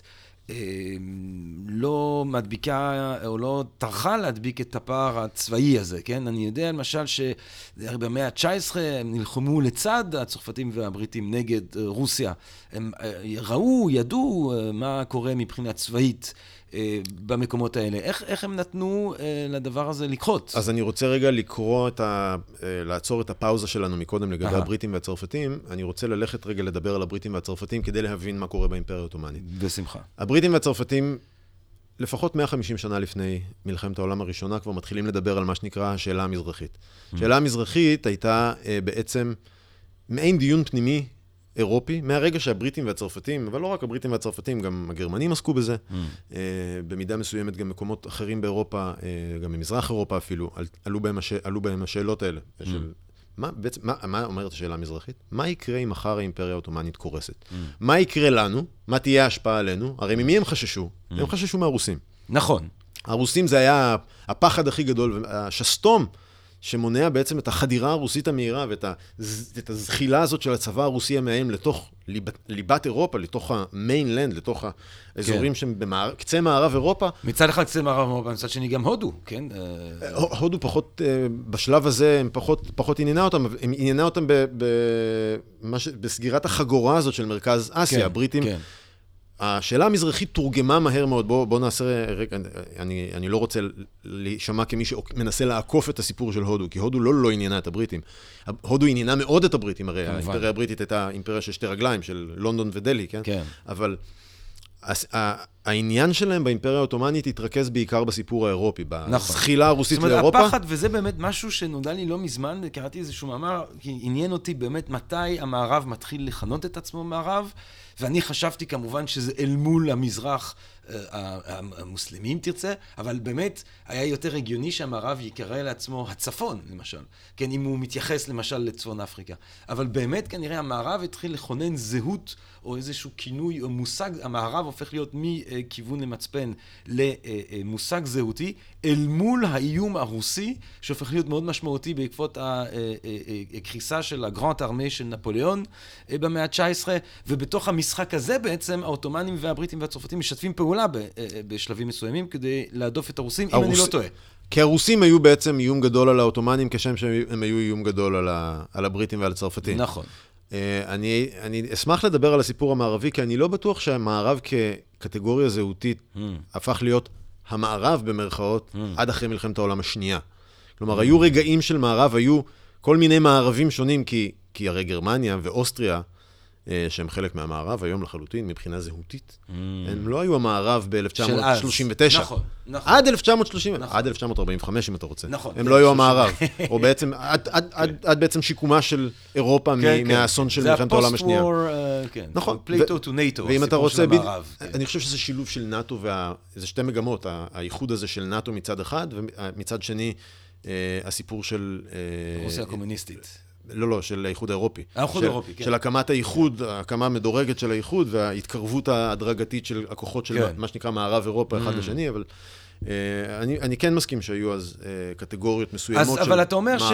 לא מדביקה, או לא טרחה להדביק את הפער הצבאי הזה, כן? אני יודע למשל שבמאה ה-תשע עשרה הם נלחמו לצד הצרפתים והבריטים נגד רוסיה. הם ראו, ידעו מה קורה מבחינה צבאית במקומות האלה. איך, איך הם נתנו לדבר הזה לקרות? אז אני רוצה רגע לקרוא את ה... לעצור את הפאוזה שלנו מקודם לגבי Aha. הבריטים והצרפתים. אני רוצה ללכת רגע לדבר על הבריטים והצרפתים כדי להבין מה קורה באימפריה העות'מאנית. בשמחה. הבריטים והצרפתים, לפחות מאה וחמישים שנה לפני מלחמת העולם הראשונה, כבר מתחילים לדבר על מה שנקרא השאלה המזרחית. השאלה המזרחית הייתה בעצם מעין דיון פנימי אירופי, מהרגע שהבריטים והצרפתים, אבל לא רק הבריטים והצרפתים, גם הגרמנים עסקו בזה, mm. במידה מסוימת גם מקומות אחרים באירופה, גם במזרח אירופה אפילו, עלו בהם, הש... עלו בהם השאלות האלה. Mm. של... מה, בעצם, מה, מה אומרת השאלה המזרחית? מה יקרה אם מחר האימפריה העות'מאנית קורסת? Mm. מה יקרה לנו? מה תהיה ההשפעה עלינו? הרי ממי הם חששו? Mm. הם חששו מהרוסים. נכון. הרוסים זה היה הפחד הכי גדול, השסתום, שמונע בעצם את החדירה הרוסית המהירה ואת את הזחילה הזאת של הצבא הרוסי המאיים לתוך ליבת, ליבת אירופה, לתוך המיינלנד, לתוך האזורים כן. שהם בקצה מערב אירופה. מצד אחד קצה מערב אירופה, מצד שני גם הודו, כן? הודו פחות, בשלב הזה, הם פחות, פחות עניינה אותם, הם עניינה אותם ב, ב, ש, בסגירת החגורה הזאת של מרכז אסיה, כן, הבריטים. כן. השאלה המזרחית תורגמה מהר מאוד, בוא, בוא נעשה, אני, אני לא רוצה להישמע כמי שמנסה לעקוף את הסיפור של הודו, כי הודו לא לא עניינה את הבריטים. הודו עניינה מאוד את הבריטים, הרי האימפריה הבריטית הייתה אימפריה של שתי רגליים, של לונדון ודלי, כן? כן. אבל העניין שלהם באימפריה העות'מאנית התרכז בעיקר בסיפור האירופי, בזחילה הרוסית לאירופה. זאת אומרת, הפחד, וזה באמת משהו שנודע לי לא מזמן, קראתי איזשהו מאמר, כי עניין אותי באמת מתי המערב מתחיל לכנות את עצמו מערב, ואני חשבתי כמובן שזה אל מול המזרח המוסלמים תרצה, אבל באמת היה יותר הגיוני שהמערב יקרא לעצמו הצפון, למשל. כן, אם הוא מתייחס למשל לצפון אפריקה. אבל באמת כנראה המערב התחיל לכונן זהות או איזשהו כינוי או מושג, המערב הופך להיות מכיוון למצפן למושג זהותי, אל מול האיום הרוסי, שהופך להיות מאוד משמעותי בעקבות הקריסה של הגרנד ארמי של נפוליאון במאה ה-תשע עשרה, ובתוך המשחק הזה בעצם העות'מאנים והבריטים והצרפתים משתפים פעולה בשלבים מסוימים כדי להדוף את הרוסים, אם אני לא טועה. כי הרוסים היו בעצם איום גדול על העות'מאנים, כשם שהם היו איום גדול על, ה, על הבריטים ועל הצרפתים. נכון. אני, אני אשמח לדבר על הסיפור המערבי, כי אני לא בטוח שהמערב כקטגוריה זהותית mm. הפך להיות המערב במרכאות mm. עד אחרי מלחמת העולם השנייה. כלומר, mm. היו רגעים של מערב, היו כל מיני מערבים שונים, כי, כי הרי גרמניה ואוסטריה, שהם חלק מהמערב, היום לחלוטין, מבחינה זהותית. Mm. הם לא היו המערב ב-אלף תשע מאות שלושים ותשע. נכון, נכון. עד אלף תשע מאות שלושים, נכון. עד אלף תשע מאות ארבעים וחמש, אם אתה רוצה. נכון. הם לא היו המערב. או בעצם, עד, עד, עד, עד בעצם שיקומה של אירופה כן, מהאסון כן. של מלחמת העולם השנייה. זה הפוסט-וור, כן. נכון. פלייטו טו נייטו, ואם אתה רוצה, ב... כן. אני חושב שזה שילוב של נאטו, וה... זה שתי מגמות, האיחוד הזה של נאטו מצד אחד, ומצד שני, הסיפור של... רוסיה הקומוניסטית. לא, לא, של האיחוד האירופי. האיחוד האירופי, כן. של הקמת האיחוד, הקמה מדורגת של האיחוד, וההתקרבות ההדרגתית של הכוחות של מה שנקרא מערב אירופה אחד לשני, אבל אני, אני כן מסכים שהיו אז קטגוריות מסוימות של מערב. אבל אתה אומר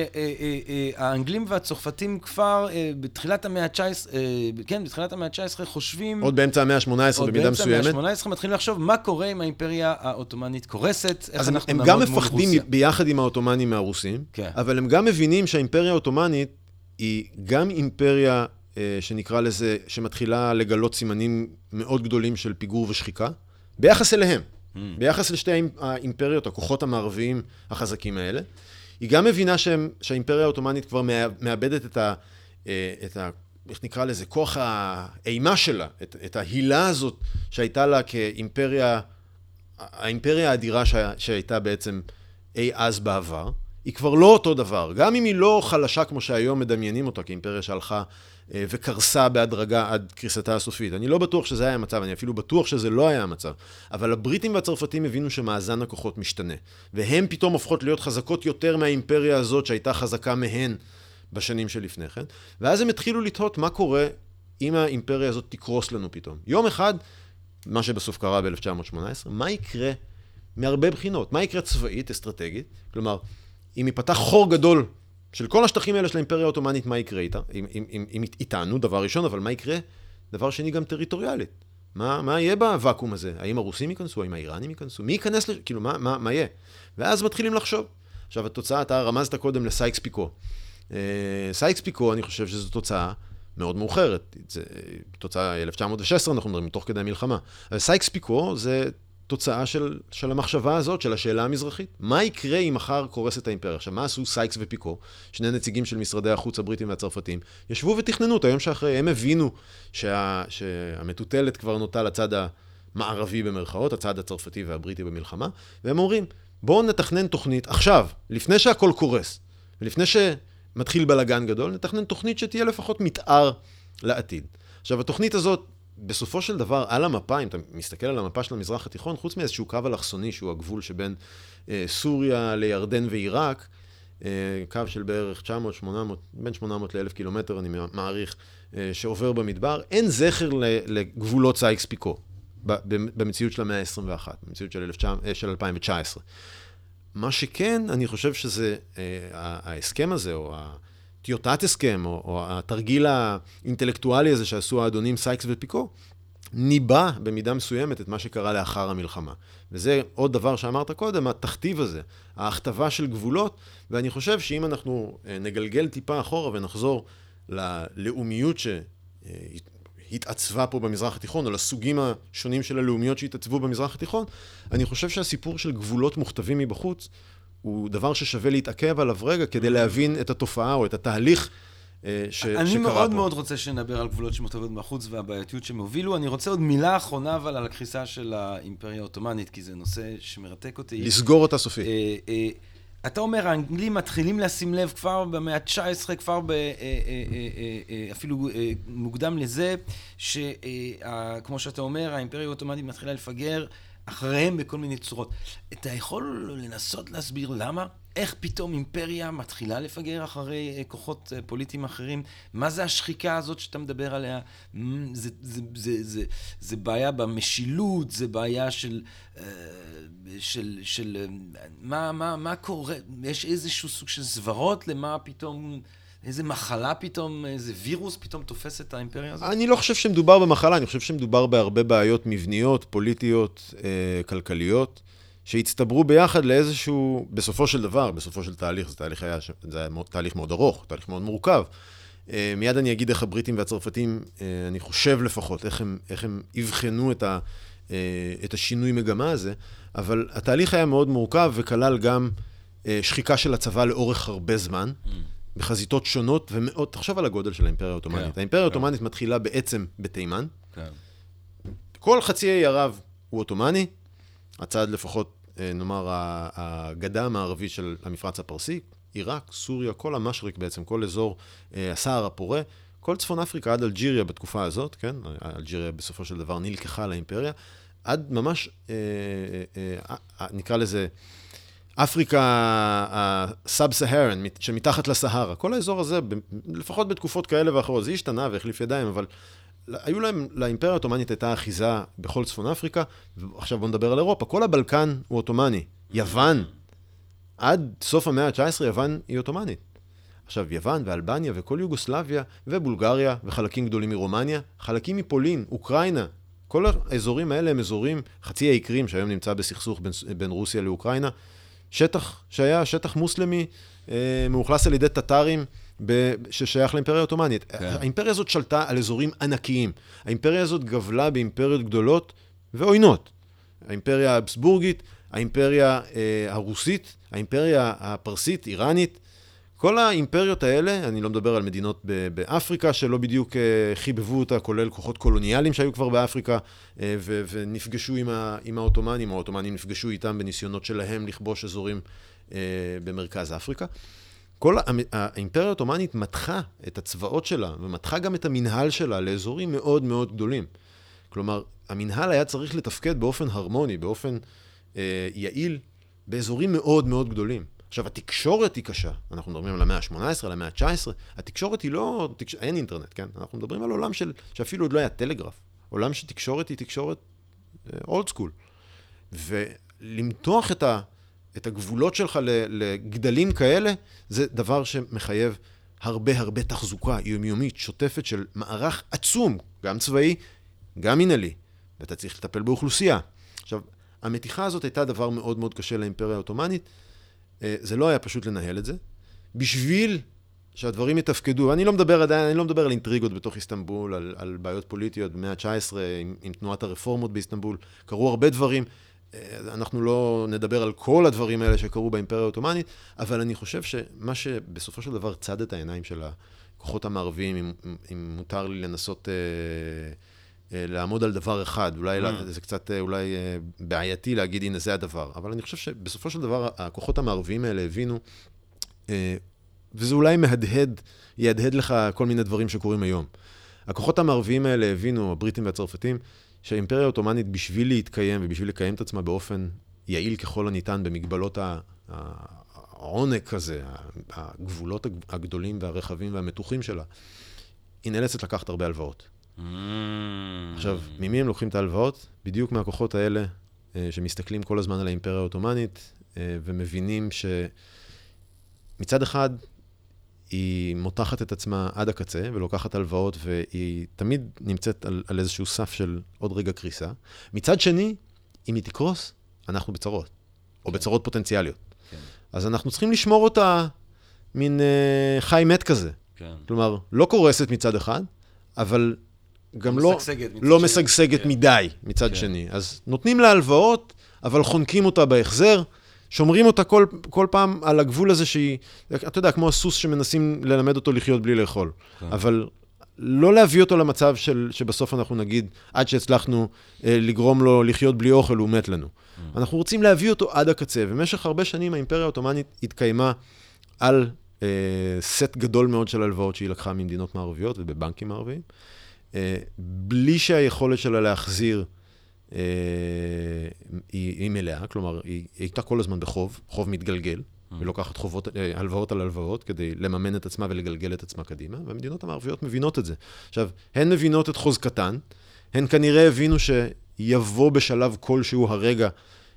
שהאנגלים והצרפתים כבר בתחילת המאה ה-תשע עשרה, כן, בתחילת המאה ה-תשע עשרה חושבים... עוד באמצע המאה ה-שמונה עשרה במידה מסוימת. עוד באמצע המאה ה-שמונה עשרה מתחילים לחשוב מה קורה אם האימפריה העות'מאנית קורסת, איך אנחנו נעמוד מול רוסיה. הם גם מפחדים ביחד עם העות'מאנים מהרוסים, אבל הם גם מבינים שהאימפריה העות'מאנית היא גם אימפריה שנקרא לזה, שמתחילה לגלות סימנים מאוד גדולים של פיגור ושחיקה, ביחס אליהם. ביחס לשתי האימפריות, הכוחות המערביים החזקים האלה, היא גם מבינה שהם, שהאימפריה העות'מאנית כבר מאבדת את ה... את ה איך נקרא לזה? כוח האימה שלה, את, את ההילה הזאת שהייתה לה כאימפריה, האימפריה האדירה שהייתה בעצם אי אז בעבר, היא כבר לא אותו דבר. גם אם היא לא חלשה כמו שהיום מדמיינים אותה, כאימפריה שהלכה וקרסה בהדרגה עד קריסתה הסופית. אני לא בטוח שזה היה המצב, אני אפילו בטוח שזה לא היה המצב. אבל הבריטים והצרפתים הבינו שמאזן הכוחות משתנה. והם פתאום הופכות להיות חזקות יותר מהאימפריה הזאת שהייתה חזקה מהן בשנים שלפני כן. ואז הם התחילו לתהות מה קורה אם האימפריה הזאת תקרוס לנו פתאום. יום אחד, מה שבסוף קרה ב-אלף תשע מאות שמונה עשרה, מה יקרה מהרבה בחינות? מה יקרה צבאית, אסטרטגית? כלומר, אם ייפתח חור גדול של כל השטחים האלה של האימפריה העות'מאנית, מה יקרה איתה? אם, אם, אם, אם איתנו, דבר ראשון, אבל מה יקרה? דבר שני גם טריטוריאלית. מה, מה יהיה בוואקום הזה? האם הרוסים ייכנסו? האם האיראנים ייכנסו? מי ייכנס? לש... כאילו, מה, מה, מה יהיה? ואז מתחילים לחשוב. עכשיו, התוצאה, אתה רמזת קודם לסייקס פיקו. סייקס פיקו, אני חושב שזו תוצאה מאוד מאוחרת. זה תוצאה אלף תשע מאות ושש עשרה, אנחנו מדברים, תוך כדי המלחמה. אבל סייקס פיקו זה תוצאה של, של המחשבה הזאת, של השאלה המזרחית. מה יקרה אם מחר קורסת האימפריה? עכשיו, מה עשו סייקס ופיקו, שני נציגים של משרדי החוץ הבריטים והצרפתים, ישבו ותכננו את היום שאחרי, הם הבינו שה, שהמטוטלת כבר נוטה לצד המערבי במרכאות, הצד הצרפתי והבריטי במלחמה, והם אומרים, בואו נתכנן תוכנית עכשיו, לפני שהכל קורס, ולפני שמתחיל בלגן גדול, נתכנן תוכנית שתהיה לפחות מתאר לעתיד. עכשיו, התוכנית הזאת, בסופו של דבר, על המפה, אם אתה מסתכל על המפה של המזרח התיכון, חוץ מאיזשהו קו אלכסוני, שהוא הגבול שבין אה, סוריה לירדן ועיראק, אה, קו של בערך תשע מאות שמונה מאות, בין שמונה מאות לאלף קילומטר, אני מעריך, אה, שעובר במדבר, אין זכר לגבולות סייקס פיקו, במציאות של המאה ה-עשרים ואחת, במציאות של, של אלפיים תשע עשרה. מה שכן, אני חושב שזה, אה, ההסכם הזה, או ה... טיוטת הסכם, או, או התרגיל האינטלקטואלי הזה שעשו האדונים סייקס ופיקו, ניבא במידה מסוימת את מה שקרה לאחר המלחמה. וזה עוד דבר שאמרת קודם, התכתיב הזה, ההכתבה של גבולות, ואני חושב שאם אנחנו נגלגל טיפה אחורה ונחזור ללאומיות שהתעצבה פה במזרח התיכון, או לסוגים השונים של הלאומיות שהתעצבו במזרח התיכון, אני חושב שהסיפור של גבולות מוכתבים מבחוץ, הוא דבר ששווה להתעכב עליו רגע כדי להבין את התופעה או את התהליך אה, ש... שקרה פה. אני מאוד מאוד רוצה שנדבר על גבולות שמוכתבות בחוץ והבעייתיות שהם הובילו. אני רוצה עוד מילה אחרונה אבל על הקריסה של האימפריה העות'מאנית, כי זה נושא שמרתק אותי. לסגור אותה סופי. אה, אה, אתה אומר, האנגלים מתחילים לשים לב כבר במאה ה-תשע עשרה, כבר ב, אה, אה, אה, אה, אפילו אה, מוקדם לזה, שכמו שאתה אומר, האימפריה העות'מאנית מתחילה לפגר, אחריהם בכל מיני צורות. אתה יכול לנסות להסביר למה? איך פתאום אימפריה מתחילה לפגר אחרי כוחות פוליטיים אחרים? מה זה השחיקה הזאת שאתה מדבר עליה? זה, זה, זה, זה, זה בעיה במשילות, זה בעיה של, של, של, מה, מה, מה קורה? יש איזשהו סוג של סברות למה פתאום, איזה מחלה פתאום, איזה וירוס פתאום תופס את האימפריה הזאת? אני לא חושב שמדובר במחלה, אני חושב שמדובר בהרבה בעיות מבניות, פוליטיות, אה, כלכליות, שהצטברו ביחד לאיזשהו, בסופו של דבר, בסופו של תהליך, זה תהליך היה, זה היה תהליך מאוד ארוך, תהליך מאוד מורכב. אה, מיד אני אגיד איך הבריטים והצרפתים, אה, אני חושב לפחות, איך הם, איך הם הבחנו את, ה, אה, את השינוי מגמה הזה, אבל התהליך היה מאוד מורכב וכלל גם אה, שחיקה של הצבא לאורך הרבה זמן, mm. בחזיתות שונות ומאוד, תחשוב על הגודל של האימפריה העות'מאנית. כן, האימפריה העות'מאנית כן. מתחילה בעצם בתימן. כן. כל חצי האי ערב הוא עות'מאני, הצד לפחות, נאמר, הגדה המערבית של המפרץ הפרסי, עיראק, סוריה, כל המשריק בעצם, כל אזור הסהר הפורה, כל צפון אפריקה עד אלג'יריה בתקופה הזאת, כן? אלג'יריה בסופו של דבר נלקחה לאימפריה, עד ממש, אה, אה, אה, נקרא לזה, אפריקה הסאב-סהרן, שמתחת לסהרה, כל האזור הזה, לפחות בתקופות כאלה ואחרות, זה השתנה והחליף ידיים, אבל היו להם, לאימפריה העות'מאנית הייתה אחיזה בכל צפון אפריקה, ועכשיו בוא נדבר על אירופה, כל הבלקן הוא עות'מאני, יוון, עד סוף המאה ה-תשע עשרה יוון היא עות'מאנית. עכשיו, יוון ואלבניה וכל יוגוסלביה ובולגריה וחלקים גדולים מרומניה, חלקים מפולין, אוקראינה, כל האזורים האלה הם אזורים, חצי האי קרים שהיום נמצא בסכסוך בין, בין רוסיה לאוקראינה, שטח שהיה שטח מוסלמי, אה, מאוכלס על ידי טטרים ב, ששייך לאימפריה העות'מאנית. כן. האימפריה הזאת שלטה על אזורים ענקיים. האימפריה הזאת גבלה באימפריות גדולות ועוינות. האימפריה האבסבורגית, האימפריה אה, הרוסית, האימפריה הפרסית, איראנית. כל האימפריות האלה, אני לא מדבר על מדינות באפריקה שלא בדיוק חיבבו אותה, כולל כוחות קולוניאליים שהיו כבר באפריקה ו- ונפגשו עם, ה- עם העות'מאנים, העות'מאנים נפגשו איתם בניסיונות שלהם לכבוש אזורים במרכז אפריקה. כל האימפריה העות'מאנית מתחה את הצבאות שלה ומתחה גם את המנהל שלה לאזורים מאוד מאוד גדולים. כלומר, המנהל היה צריך לתפקד באופן הרמוני, באופן אה, יעיל, באזורים מאוד מאוד גדולים. עכשיו, התקשורת היא קשה. אנחנו מדברים על המאה ה-שמונה עשרה, על המאה ה-תשע עשרה. התקשורת היא לא... תקש... אין אינטרנט, כן? אנחנו מדברים על עולם של... שאפילו עוד לא היה טלגרף. עולם שתקשורת היא תקשורת אולד סקול. ולמתוח את, ה... את הגבולות שלך לגדלים כאלה, זה דבר שמחייב הרבה הרבה תחזוקה יומיומית, שוטפת של מערך עצום, גם צבאי, גם מנהלי. ואתה צריך לטפל באוכלוסייה. עכשיו, המתיחה הזאת הייתה דבר מאוד מאוד קשה לאימפריה העות'מאנית. זה לא היה פשוט לנהל את זה. בשביל שהדברים יתפקדו, אני לא מדבר עדיין, אני לא מדבר על אינטריגות בתוך איסטנבול, על, על בעיות פוליטיות במאה ה-תשע עשרה, עם, עם תנועת הרפורמות באיסטנבול. קרו הרבה דברים. אנחנו לא נדבר על כל הדברים האלה שקרו באימפריה העות'מאנית, אבל אני חושב שמה שבסופו של דבר צד את העיניים של הכוחות המערביים, אם, אם מותר לי לנסות אה, אה, לעמוד על דבר אחד, אולי mm. זה קצת אולי אה, בעייתי להגיד, הנה זה הדבר, אבל אני חושב שבסופו של דבר הכוחות המערביים האלה הבינו, אה, וזה אולי מהדהד, יהדהד לך כל מיני דברים שקורים היום. הכוחות המערביים האלה הבינו, הבריטים והצרפתים, שהאימפריה העות'מאנית בשביל להתקיים ובשביל לקיים את עצמה באופן יעיל ככל הניתן במגבלות העונק הזה, הגבולות הגדולים והרחבים והמתוחים שלה, היא נאלצת לקחת הרבה הלוואות. Mm. עכשיו, ממי הם לוקחים את ההלוואות? בדיוק מהכוחות האלה שמסתכלים כל הזמן על האימפריה העות'מאנית ומבינים שמצד אחד היא מותחת את עצמה עד הקצה, ולוקחת הלוואות, והיא תמיד נמצאת על, על איזשהו סף של עוד רגע קריסה. מצד שני, אם היא תקרוס, אנחנו בצרות, או כן. בצרות פוטנציאליות. כן. אז אנחנו צריכים לשמור אותה מין אה, חי מת כזה. כן. כלומר, לא קורסת מצד אחד, אבל גם לא, משגשגת, לא משגשגת כן. מדי מצד כן. שני. אז נותנים לה הלוואות, אבל חונקים אותה בהחזר, שומרים אותה כל, כל פעם על הגבול הזה שהיא, אתה יודע, כמו הסוס שמנסים ללמד אותו לחיות בלי לאכול. כן. אבל לא להביא אותו למצב של, שבסוף אנחנו נגיד, עד שהצלחנו אה, לגרום לו לחיות בלי אוכל, הוא מת לנו. Mm. אנחנו רוצים להביא אותו עד הקצה, ובמשך הרבה שנים האימפריה העות'מאנית התקיימה על אה, סט גדול מאוד של הלוואות שהיא לקחה ממדינות מערביות ובבנקים מערביים, אה, בלי שהיכולת שלה להחזיר היא, היא מלאה, כלומר, היא הייתה כל הזמן בחוב, חוב מתגלגל, ולוקחת חובות, הלוואות על הלוואות, כדי לממן את עצמה ולגלגל את עצמה קדימה, והמדינות המערביות מבינות את זה. עכשיו, הן מבינות את חוזקתן, הן כנראה הבינו שיבוא בשלב כלשהו הרגע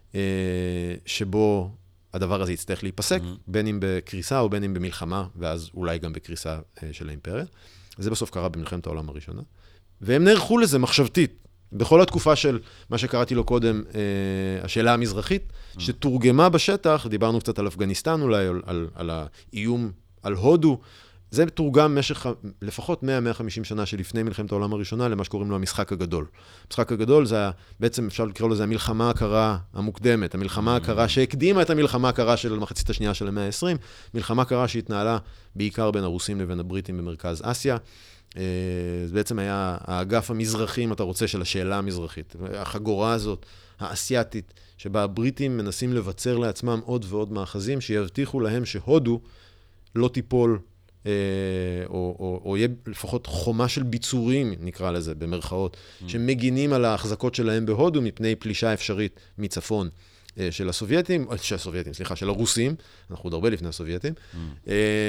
שבו הדבר הזה יצטרך להיפסק, בין אם בקריסה או בין אם במלחמה, ואז אולי גם בקריסה של האימפריה. זה בסוף קרה במלחמת העולם הראשונה. והם נערכו לזה מחשבתית. בכל התקופה של מה שקראתי לו קודם, אה, השאלה המזרחית, שתורגמה בשטח, דיברנו קצת על אפגניסטן אולי, על, על, על האיום על הודו, זה תורגם משך לפחות מאה עד מאה וחמישים שנה שלפני מלחמת העולם הראשונה, למה שקוראים לו המשחק הגדול. המשחק הגדול זה בעצם, אפשר לקרוא לזה המלחמה הקרה המוקדמת, המלחמה הקרה שהקדימה את המלחמה הקרה של המחצית השנייה של המאה ה-עשרים, מלחמה קרה שהתנהלה בעיקר בין הרוסים לבין הבריטים במרכז אסיה, זה בעצם היה האגף המזרחי, אם אתה רוצה, של השאלה המזרחית. החגורה הזאת, האסייתית, שבה הבריטים מנסים לבצר לעצמם עוד ועוד מאחזים, שיבטיחו להם שהודו לא תיפול, או, או, או יהיה לפחות חומה של ביצורים, נקרא לזה, במרכאות, mm. שמגינים על ההחזקות שלהם בהודו, מפני פלישה אפשרית מצפון של הסובייטים, של הסובייטים, סליחה, של הרוסים, אנחנו עוד הרבה לפני הסובייטים, mm.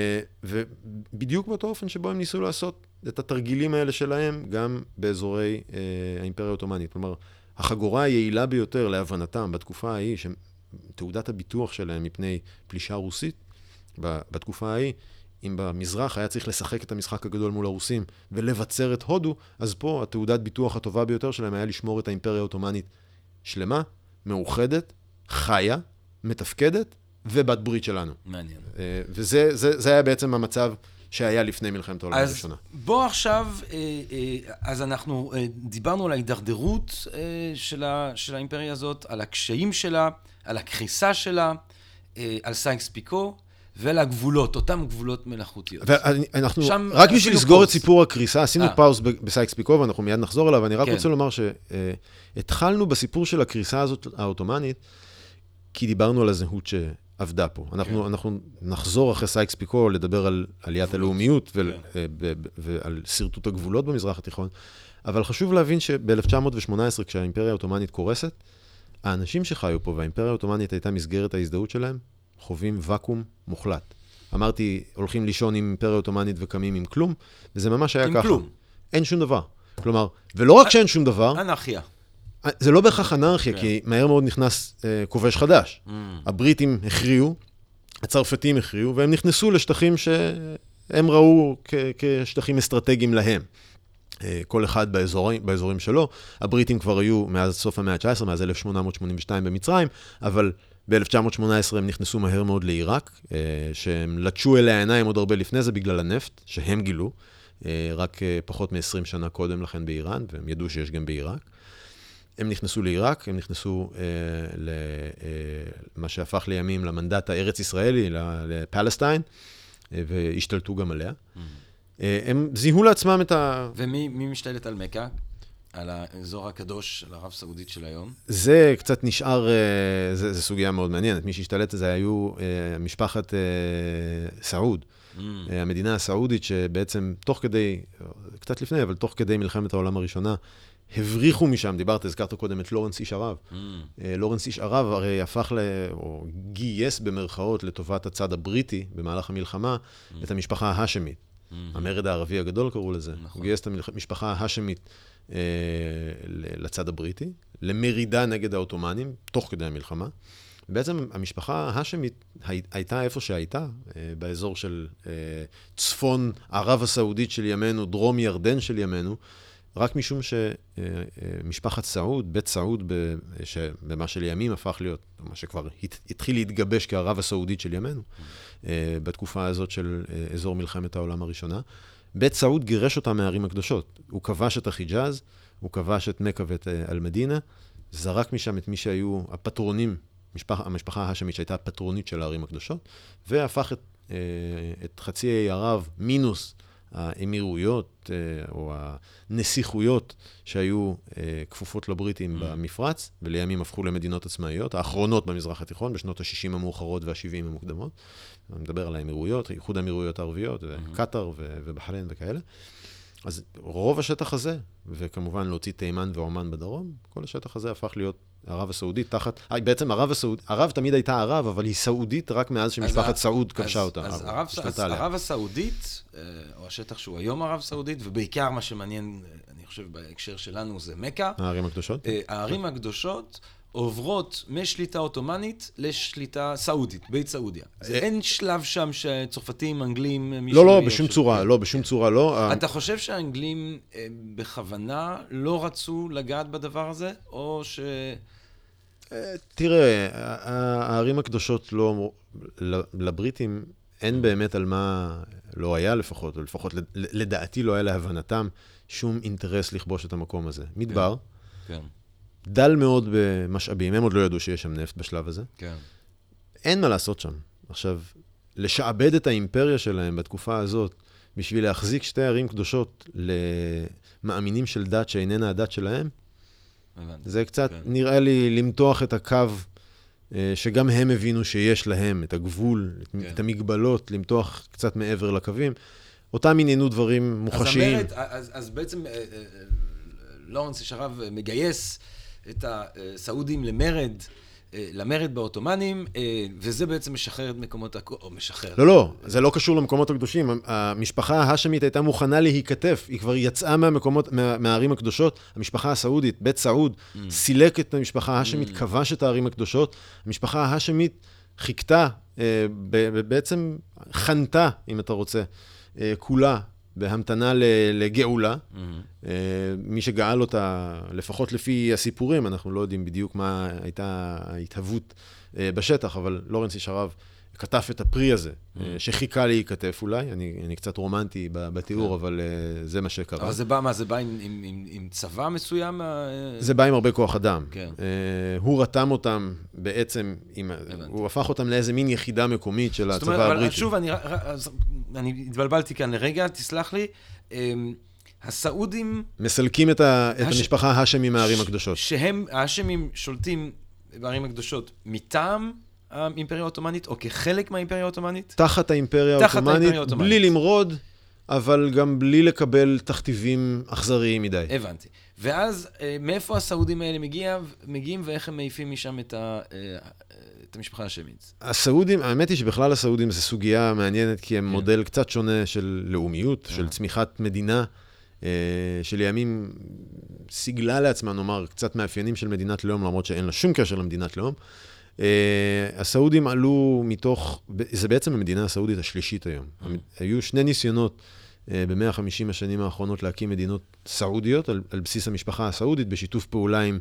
ובדיוק באותו אופן שבו הם ניסו לעשות את התרגילים האלה שלהם, גם באזורי האימפריה העות'מאנית. כלומר, החגורה היעילה ביותר להבנתם בתקופה ההיא, שתעודת הביטוח שלהם מפני פלישה רוסית, בתקופה ההיא, אם במזרח היה צריך לשחק את המשחק הגדול מול הרוסים ולבצר את הודו, אז פה התעודת ביטוח הטובה ביותר שלהם היה לשמור את האימפריה העות'מאנית שלמה, מאוחדת, חיה, מתפקדת, ובת ברית שלנו. מעניין. וזה זה, זה היה בעצם המצב שהיה לפני מלחמת העולם הראשונה. אז בוא עכשיו, אז אנחנו דיברנו על ההידרדרות של, ה, של האימפריה הזאת, על הקשיים שלה, על הקריסה שלה, על סייקס פיקו, ועל הגבולות, אותם גבולות מלאכותיות. ואנחנו, רק בשביל לסגור את סיפור הקריסה, עשינו פאוס בסייקס פיקו, ואנחנו מיד נחזור אליו, ואני רק רוצה לומר שהתחלנו בסיפור של הקריסה הזאת העות'מאנית, כי דיברנו על הזהות שעבדה פה. אנחנו, אנחנו נחזור אחרי סייקס פיקו לדבר על עליית הלאומיות ועל סרטוט הגבולות במזרח התיכון, אבל חשוב להבין שב-אלף תשע מאות שמונה עשרה, כשהאימפריה העות'מאנית קורסת, האנשים שחיו פה, והאימפריה העות'מאנית הייתה מסגרת ההזדהות שלהם, חווים וקום מוחלט. אמרתי, הולכים לישון עם אימפריה העות'מאנית וקמים עם כלום, וזה ממש היה ככה. עם כלום. אין שום דבר. כלומר, ולא רק שאין שום דבר, אנרכיה. זה לא בהכרח אנרכיה, כי מהר מאוד נכנס כובש חדש. הבריטים הכריעו, הצרפתים הכריעו, והם נכנסו לשטחים שהם ראו כשטחים אסטרטגיים להם. כל אחד באזורים, באזורים שלו. הבריטים כבר היו מאז סוף המאה ה-תשע עשרה, מאז אלף שמונה מאות שמונים ושתיים במצרים, אבל ב-אלף תשע מאות שמונה עשרה הם נכנסו מהר מאוד לעיראק, שהם לטשו אל העיניים עוד הרבה לפני זה בגלל הנפט, שהם גילו, רק פחות מ-עשרים שנה קודם לכן באיראן, והם ידעו שיש גם בעיראק. הם נכנסו לעיראק, הם נכנסו אה, למה שהפך לימים למנדט הארץ-ישראלי, לפלסטיין, אה, והשתלטו גם עליה. Mm-hmm. אה, הם זיהו לעצמם את ה... ומי מי משתלט על מכה? על האזור הקדוש, על ערב סעודית של היום? זה קצת נשאר, זה, זה סוגיה מאוד מעניינת. מי שהשתלט זה היו משפחת סעוד, mm. המדינה הסעודית שבעצם תוך כדי, קצת לפני, אבל תוך כדי מלחמת העולם הראשונה, הבריחו משם, דיברת, הזכרת קודם את לורנס איש ערב. Mm. לורנס איש ערב הרי הפך, ל, או גייס במרכאות לטובת הצד הבריטי במהלך המלחמה, mm. את המשפחה ההשמית. Mm-hmm. המרד הערבי הגדול קראו לזה. נכון. הוא גייס את המשפחה ההשמית אה, לצד הבריטי, למרידה נגד האוטומנים, תוך כדי המלחמה. בעצם המשפחה ההשמית הי, הייתה איפה שהייתה, אה, באזור של אה, צפון ערב הסעודית של ימינו, דרום ירדן של ימינו, רק משום שמשפחת סעוד, בית סעוד, במה שלימים הפך להיות, מה שכבר התחיל להתגבש כערב הסעודית של ימינו, בתקופה הזאת של אזור מלחמת העולם הראשונה, בית סעוד גירש אותה מהערים הקדושות. הוא כבש את החיג'אז, הוא כבש את מכה ואת אל-מדינה, זרק משם את מי שהיו הפטרונים, משפח, המשפחה ההשמית שהייתה הפטרונית של הערים הקדושות, והפך את, את חצי האי ערב מינוס האמירויות או הנסיכויות שהיו כפופות לבריטים במפרץ, ולימים הפכו למדינות עצמאיות, האחרונות במזרח התיכון, בשנות ה-שישים המאוחרות וה-שבעים המוקדמות. אני מדבר על האמירויות, איחוד האמירויות הערביות, וקטר ובחריין וכאלה. אז רוב השטח הזה, וכמובן להוציא תימן ועומן בדרום, כל השטח הזה הפך להיות ערב הסעודית תחת, בעצם ערב הסעודית, ערב תמיד הייתה ערב, אבל היא סעודית רק מאז שמשפחת סעוד כבשה אותה. אז ערב הסעודית, או השטח שהוא היום ערב סעודית, ובעיקר מה שמעניין, אני חושב בהקשר שלנו, זה מכה. הערים הקדושות? הערים הקדושות עוברות משליטה אוטומנית לשליטה סעודית, בית סעודיה. אין שלב שם שצרפתים, אנגלים... לא, לא, בשום צורה, לא, בשום צורה לא. אתה חושב שהאנגלים בכוונה לא רצו לגעת בדבר הזה, או ש... תראה, הערים הקדושות לא... לבריטים אין באמת על מה לא היה לפחות, או לפחות לדעתי לא היה להבנתם שום אינטרס לכבוש את המקום הזה. מדבר. כן. דל מאוד במשאבים, הם עוד לא ידעו שיש שם נפט בשלב הזה. כן. אין מה לעשות שם. עכשיו, לשעבד את האימפריה שלהם בתקופה הזאת, בשביל להחזיק שתי ערים קדושות למאמינים של דת שאיננה הדת שלהם, זה קצת כן. נראה לי למתוח את הקו שגם הם הבינו שיש להם, את הגבול, כן. את המגבלות, למתוח קצת מעבר לקווים. אותם עניינו דברים מוחשיים. אז, המרד, אז, אז בעצם לורנס איש ערב מגייס את הסעודים למרד, למרד באוטומנים, וזה בעצם משחרר את מקומות, או משחרר. לא, לא, זה לא קשור למקומות הקדושים. המשפחה ההשמית הייתה מוכנה להיקטף, היא כבר יצאה מהמקומות, מה, מהערים הקדושות. המשפחה הסעודית, בית סעוד, mm. סילק את המשפחה ההשמית, mm. כבש את הערים הקדושות. המשפחה ההשמית חיכתה, בעצם חנתה, אם אתה רוצה, כולה, בהמתנה לגאולה. Mm-hmm. מי שגאל אותה, לפחות לפי הסיפורים, אנחנו לא יודעים בדיוק מה הייתה ההתהוות בשטח, אבל לורנס איש ערב כתב את הפרי הזה, mm-hmm. שחיכה להיכתף אולי, אני, אני קצת רומנטי בתיאור, okay. אבל זה מה שקרה. אבל זה בא, מה, זה בא עם, עם, עם, עם צבא מסוים? זה בא עם הרבה כוח אדם. כן. הוא רתם אותם בעצם, עם, הוא הפך אותם לאיזה מין יחידה מקומית של הצבא אומרת, הבריטי. אבל שוב, אני, אני התבלבלתי כאן לרגע, תסלח לי, הסעודים... מסלקים את, ה, את הש... המשפחה ההשמים מהערים הקדושות. שהם, ההשמים שולטים בערים הקדושות מטעם האימפריה האוטומנית, או כחלק מהאימפריה האוטומנית? תחת האימפריה האוטומנית, בלי למרוד, אבל גם בלי לקבל תכתיבים אכזריים מדי. הבנתי. ואז, מאיפה הסעודים האלה מגיע, מגיעים, ואיך הם מעיפים משם את, ה, את המשפחה השמית? הסעודים, האמת היא שבכלל הסעודים זו סוגיה מעניינת, כי הם מודל קצת שונה של לאומיות, של צמיחת מדינה, שלימים סיגלה לעצמה, נאמר, קצת מאפיינים של מדינת לאום, למרות שאין לה שום קשר למדינת לאום. הסעודים עלו מתוך, זה בעצם המדינה הסעודית השלישית היום. היו שני ניסיונות ב-מאה וחמישים השנים האחרונות להקים מדינות סעודיות על, על בסיס המשפחה הסעודית, בשיתוף פעולה עם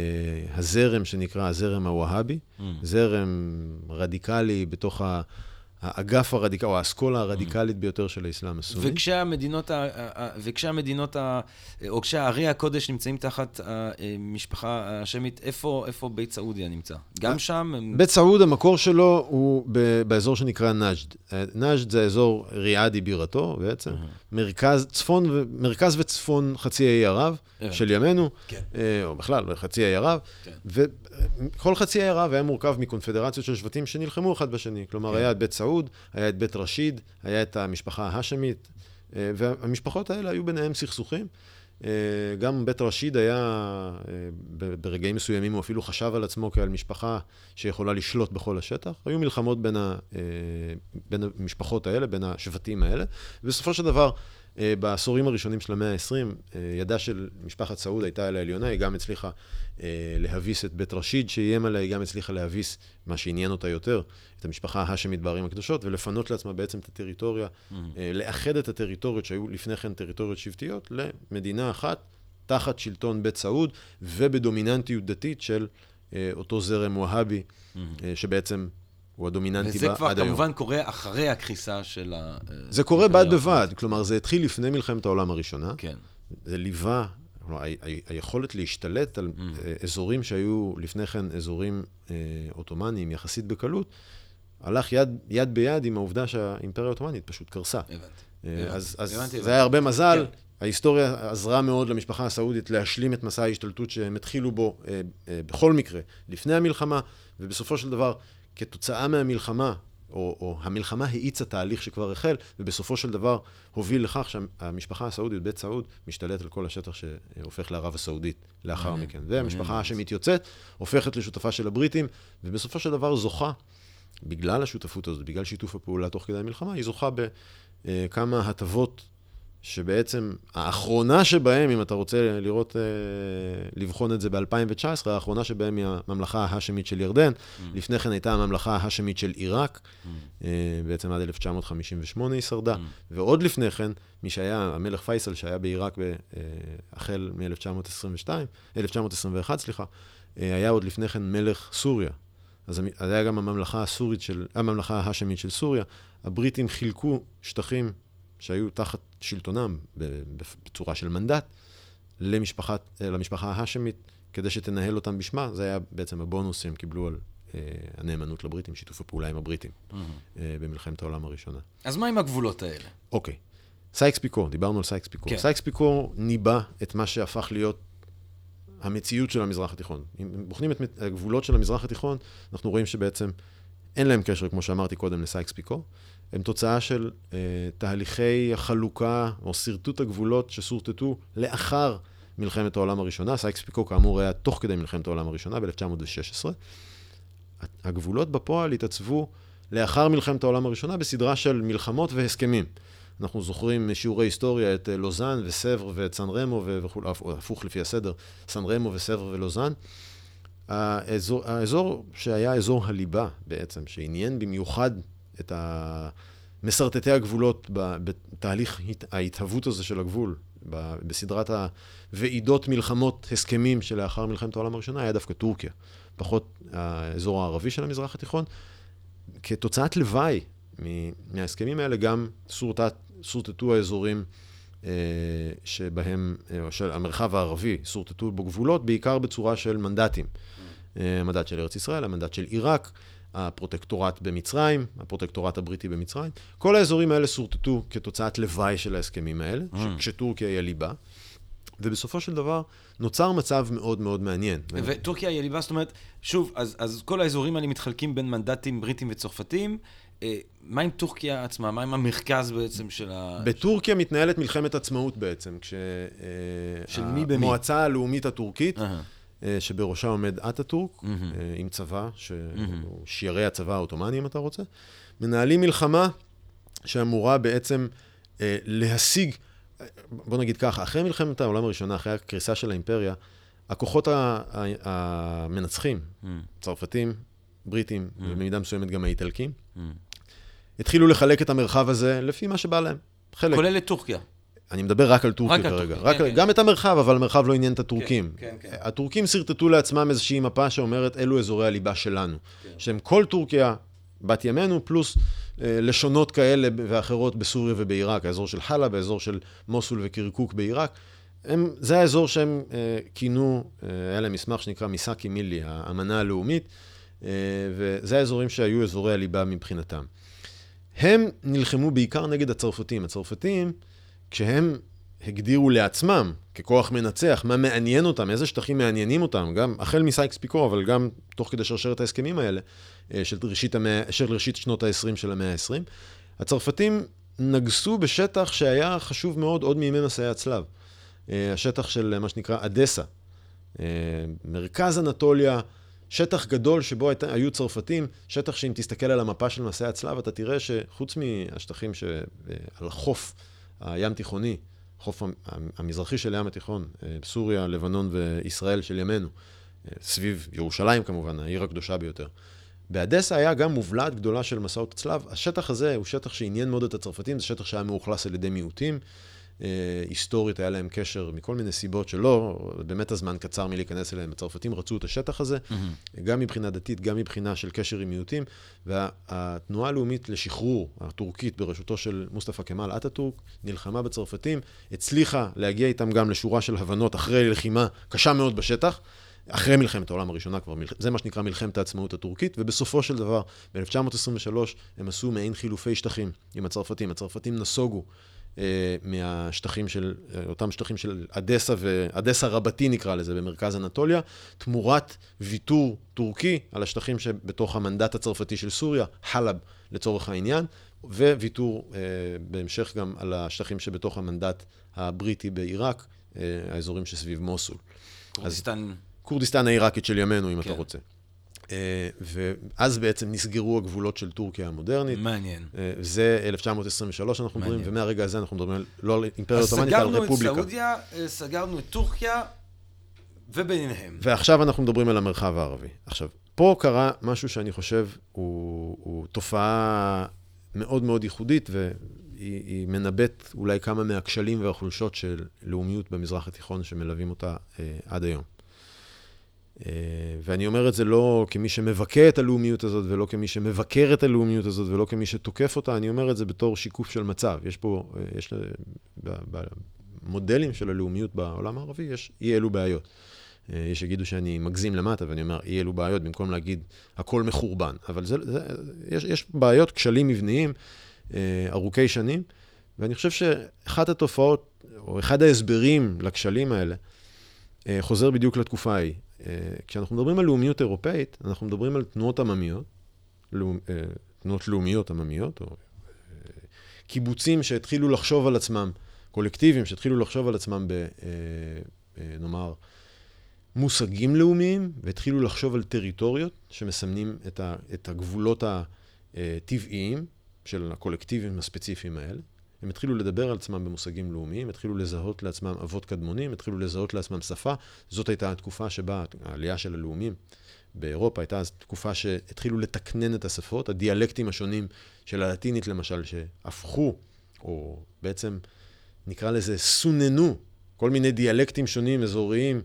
הזרם שנקרא הזרם הווהאבי, זרם רדיקלי בתוך האגף הרדיקלי, או האסכולה הרדיקלית ביותר של האסלאם הסוני. וכשהמדינות, וכשהמדינות, או כשהערי הקודש נמצאים תחת המשפחה השמית, איפה, איפה בית סעודיה נמצא? גם שם? בית סעוד, המקור שלו הוא באזור שנקרא נג'ד. נג'ד זה אזור ריאדי בירתו, בעצם. מרכז, צפון, מרכז וצפון חצי האי ערב, של ימינו, או בכלל, חצי האי ערב, וכל חצי האי ערב היה מורכב מקונפדרציות של שבטים שנלחמו אחד בשני. כלומר, היה את בית סעוד, היה את בית רשיד, היה את המשפחה ההשמית, והמשפחות האלה היו ביניהם סכסוכים. גם בית רשיד היה, ברגעים מסוימים הוא אפילו חשב על עצמו כעל משפחה שיכולה לשלוט בכל השטח. היו מלחמות בין, ה, בין המשפחות האלה, בין השבטים האלה. ובסופו של דבר, בעשורים הראשונים של המאה ה-עשרים, ידה של משפחת סעוד הייתה על העליונה, היא גם הצליחה להביס את בית רשיד שאיים עליה, היא גם הצליחה להביס מה שעניין אותה יותר, את המשפחה ההשמית בערים הקדושות, ולפנות לעצמה בעצם את הטריטוריה, לאחד את הטריטוריות שהיו לפני כן טריטוריות שבטיות, למדינה אחת, תחת שלטון בית סעוד, ובדומיננטיות דתית של אותו זרם והאבי, שבעצם הוא הדומיננטי עד היום. וזה כבר כמובן קורה אחרי הכחיסה של ה... זה קורה בד בבד, כלומר זה התחיל לפני מלחמת העולם הראשונה. כן. זה ליווה, כלומר, היכולת להשתלט על אזורים שהיו לפני כן אזורים אוטומניים יחסית בקלות, הלך יד, יד ביד עם העובדה שהאימפריה האוטומנית פשוט קרסה. הבנתי. אז, אז הבנתי, זה היה הרבה מזל. כן. ההיסטוריה עזרה מאוד למשפחה הסעודית להשלים את מסע ההשתלטות שהם התחילו בו בכל מקרה, לפני המלחמה, ובסופו של דבר, כתוצאה מהמלחמה, או, או המלחמה האיצה תהליך שכבר החל, ובסופו של דבר הוביל לכך שהמשפחה הסעודית, בית סעוד, משתלט על כל השטח שהופך לערב הסעודית לאחר מכן. והמשפחה ההשמית יוצאת, הופכת לשותפה של הבריטים, ובסופו של דבר זוכה, בגלל השותפות הזאת, בגלל שיתוף הפעולה תוך כדי המלחמה, היא זוכה בכמה הטבות שבעצם האחרונה שבהם, אם אתה רוצה לראות, לבחון את זה ב-אלפיים תשע עשרה, האחרונה שבהם היא הממלכה ההשמית של ירדן. Mm. לפני כן הייתה הממלכה ההשמית של עיראק, mm. בעצם עד אלף תשע מאות חמישים ושמונה היא שרדה. Mm. ועוד לפני כן, מי שהיה, המלך פייסל שהיה בעיראק החל מ-אלף תשע מאות עשרים ושתיים, אלף תשע מאות עשרים ואחת, סליחה, היה עוד לפני כן מלך סוריה. אז היה גם הממלכה הסורית של, הממלכה ההשמית של סוריה. הבריטים חילקו שטחים שהיו תחת שלטונם בצורה של מנדט למשפחת, למשפחה ההשמית, כדי שתנהל אותם בשמה. זה היה בעצם הבונוס שהם קיבלו על אה, הנאמנות לבריטים, שיתוף הפעולה עם הבריטים mm-hmm. אה, במלחמת העולם הראשונה. אז מה עם הגבולות האלה? אוקיי. סייקס פיקו, דיברנו על סייקס פיקו. כן. סייקס פיקו ניבא את מה שהפך להיות המציאות של המזרח התיכון. אם בוחנים את הגבולות של המזרח התיכון, אנחנו רואים שבעצם אין להם קשר, כמו שאמרתי קודם, לסייקס פיקו. הם תוצאה של אה, תהליכי החלוקה או סרטוט הגבולות שסורטטו לאחר מלחמת העולם הראשונה. סייקס פיקו כאמור היה תוך כדי מלחמת העולם הראשונה ב-אלף תשע מאות ושש עשרה. הגבולות בפועל התעצבו לאחר מלחמת העולם הראשונה בסדרה של מלחמות והסכמים. אנחנו זוכרים משיעורי היסטוריה את לוזאן וסבר ואת סן רמו וכו', הפוך לפי הסדר, סן רמו וסבר ולוזאן. האזור, האזור שהיה אזור הליבה בעצם, שעניין במיוחד את מסרטטי הגבולות בתהליך ההתהוות הזה של הגבול, בסדרת הוועידות מלחמות הסכמים שלאחר מלחמת העולם הראשונה, היה דווקא טורקיה, פחות האזור הערבי של המזרח התיכון. כתוצאת לוואי מההסכמים האלה גם סורטטו האזורים שבהם, או של המרחב הערבי, סורטטו בו גבולות, בעיקר בצורה של מנדטים. המנדט של ארץ ישראל, המנדט של עיראק, הפרוטקטורט במצרים, הפרוטקטורט הבריטי במצרים. כל האזורים האלה סורטטו כתוצאת לוואי של ההסכמים האלה, mm. כשטורקיה היא הליבה. ובסופו של דבר נוצר מצב מאוד מאוד מעניין. וטורקיה היא הליבה, זאת אומרת, שוב, אז, אז כל האזורים האלה מתחלקים בין מנדטים בריטים וצרפתים. מה עם טורקיה עצמה? מה עם המרכז בעצם של ה... בטורקיה מתנהלת מלחמת עצמאות בעצם, כשהמועצה הלאומית הטורקית, שבראשה עומד אטאטורק, עם צבא, שיירי הצבא האוטומני, אם אתה רוצה, מנהלים מלחמה שאמורה בעצם להשיג, בוא נגיד ככה, אחרי מלחמת העולם הראשונה, אחרי הקריסה של האימפריה, הכוחות המנצחים, צרפתים, בריטים, ובמידה מסוימת גם האיטלקים, התחילו לחלק את המרחב הזה לפי מה שבא להם. כולל את טורקיה. אני מדבר רק על טורקיה כרגע. גם את המרחב, אבל המרחב לא עניין את הטורקים. הטורקים סרטטו לעצמם איזושהי מפה שאומרת, אלו אזורי הליבה שלנו. שהם כל טורקיה, בת ימינו, פלוס לשונות כאלה ואחרות בסוריה ובעיראק, האזור של חלב, האזור של מוסול וקירקוק בעיראק. הם, זה האזור שהם אה, כינו, אה, היה להם מסמך שנקרא מיסאקי מילי, האמנה הלאומית, אה, וזה האזורים שהיו אזורי הליבה מבחינתם. הם נלחמו בעיקר נגד הצרפתים. הצרפתים, כשהם הגדירו לעצמם ככוח מנצח, מה מעניין אותם, איזה שטחים מעניינים אותם, גם החל מסייקס פיקו, אבל גם תוך כדי שרשרת ההסכמים האלה, אה, של ראשית, המאה, של ראשית שנות ה-עשרים של המאה ה-עשרים, הצרפתים נגסו בשטח שהיה חשוב מאוד עוד מימי מסעי הצלב. השטח של מה שנקרא אדסה, מרכז אנטוליה, שטח גדול שבו היו צרפתים, שטח שאם תסתכל על המפה של מסעי הצלב, אתה תראה שחוץ מהשטחים שעל החוף הים תיכוני, חוף המזרחי של ים התיכון, סוריה, לבנון וישראל של ימינו, סביב ירושלים כמובן, העיר הקדושה ביותר. באדסה היה גם מובלעת גדולה של מסעות הצלב. השטח הזה הוא שטח שעניין מאוד את הצרפתים, זה שטח שהיה מאוכלס על ידי מיעוטים, היסטורית היה להם קשר מכל מיני סיבות שלא, באמת הזמן קצר מלהיכנס אליהם. הצרפתים רצו את השטח הזה, mm-hmm. גם מבחינה דתית, גם מבחינה של קשר עם מיעוטים, והתנועה הלאומית לשחרור הטורקית בראשותו של מוסטפא כמאל אטאטורק, נלחמה בצרפתים, הצליחה להגיע איתם גם לשורה של הבנות אחרי לחימה קשה מאוד בשטח, אחרי מלחמת העולם הראשונה כבר, זה מה שנקרא מלחמת העצמאות הטורקית, ובסופו של דבר, ב-אלף תשע מאות עשרים ושלוש, הם עשו מעין חילופי שטחים עם הצרפתים. הצרפתים נסוגו מהשטחים של, אותם שטחים של אדסה ואדסה רבתי נקרא לזה, במרכז אנטוליה, תמורת ויתור טורקי על השטחים שבתוך המנדט הצרפתי של סוריה, חלב לצורך העניין, וויתור אה, בהמשך גם על השטחים שבתוך המנדט הבריטי בעיראק, אה, האזורים שסביב מוסול. קורדיסטן. קורדיסטן העיראקית של ימינו, אם כן. אתה רוצה. ואז בעצם נסגרו הגבולות של טורקיה המודרנית. מעניין. זה אלף תשע מאות עשרים ושלוש אנחנו מדברים, ומהרגע הזה אנחנו מדברים לא על אימפריה עות'מאנית, על רפובליקה. אז סגרנו את סעודיה, סגרנו את טורקיה, וביניהם. ועכשיו אנחנו מדברים על המרחב הערבי. עכשיו, פה קרה משהו שאני חושב הוא, הוא תופעה מאוד מאוד ייחודית, והיא מנבט אולי כמה מהכשלים והחולשות של לאומיות במזרח התיכון שמלווים אותה עד היום. ואני אומר את זה לא כמי שמבקר את הלאומיות הזאת, ולא כמי שמבקר את הלאומיות הזאת, ולא כמי שתוקף אותה, אני אומר את זה בתור שיקוף של מצב. יש פה, יש במודלים של הלאומיות בעולם הערבי, יש אי אלו בעיות. יש שיגידו שאני מגזים למטה, ואני אומר אי אלו בעיות, במקום להגיד הכל מחורבן. אבל זה, זה, יש, יש בעיות, כשלים מבניים, ארוכי שנים, ואני חושב שאחת התופעות, או אחד ההסברים לכשלים האלה, חוזר בדיוק לתקופה ההיא. כשאנחנו מדברים על לאומיות אירופאית, אנחנו מדברים על תנועות עממיות, תנועות לאומיות עממיות, או קיבוצים שהתחילו לחשוב על עצמם, קולקטיבים שהתחילו לחשוב על עצמם ב, נאמר, מושגים לאומיים, והתחילו לחשוב על טריטוריות שמסמנים את הגבולות הטבעיים של הקולקטיבים הספציפיים האלה. הם התחילו לדבר על עצמם במושגים לאומיים, התחילו לזהות לעצמם אבות קדמונים, התחילו לזהות לעצמם שפה. זאת הייתה התקופה שבה העלייה של הלאומים באירופה הייתה תקופה שהתחילו לתקנן את השפות, הדיאלקטים השונים של הלטינית למשל, שהפכו, או בעצם נקרא לזה סוננו, כל מיני דיאלקטים שונים, אזוריים.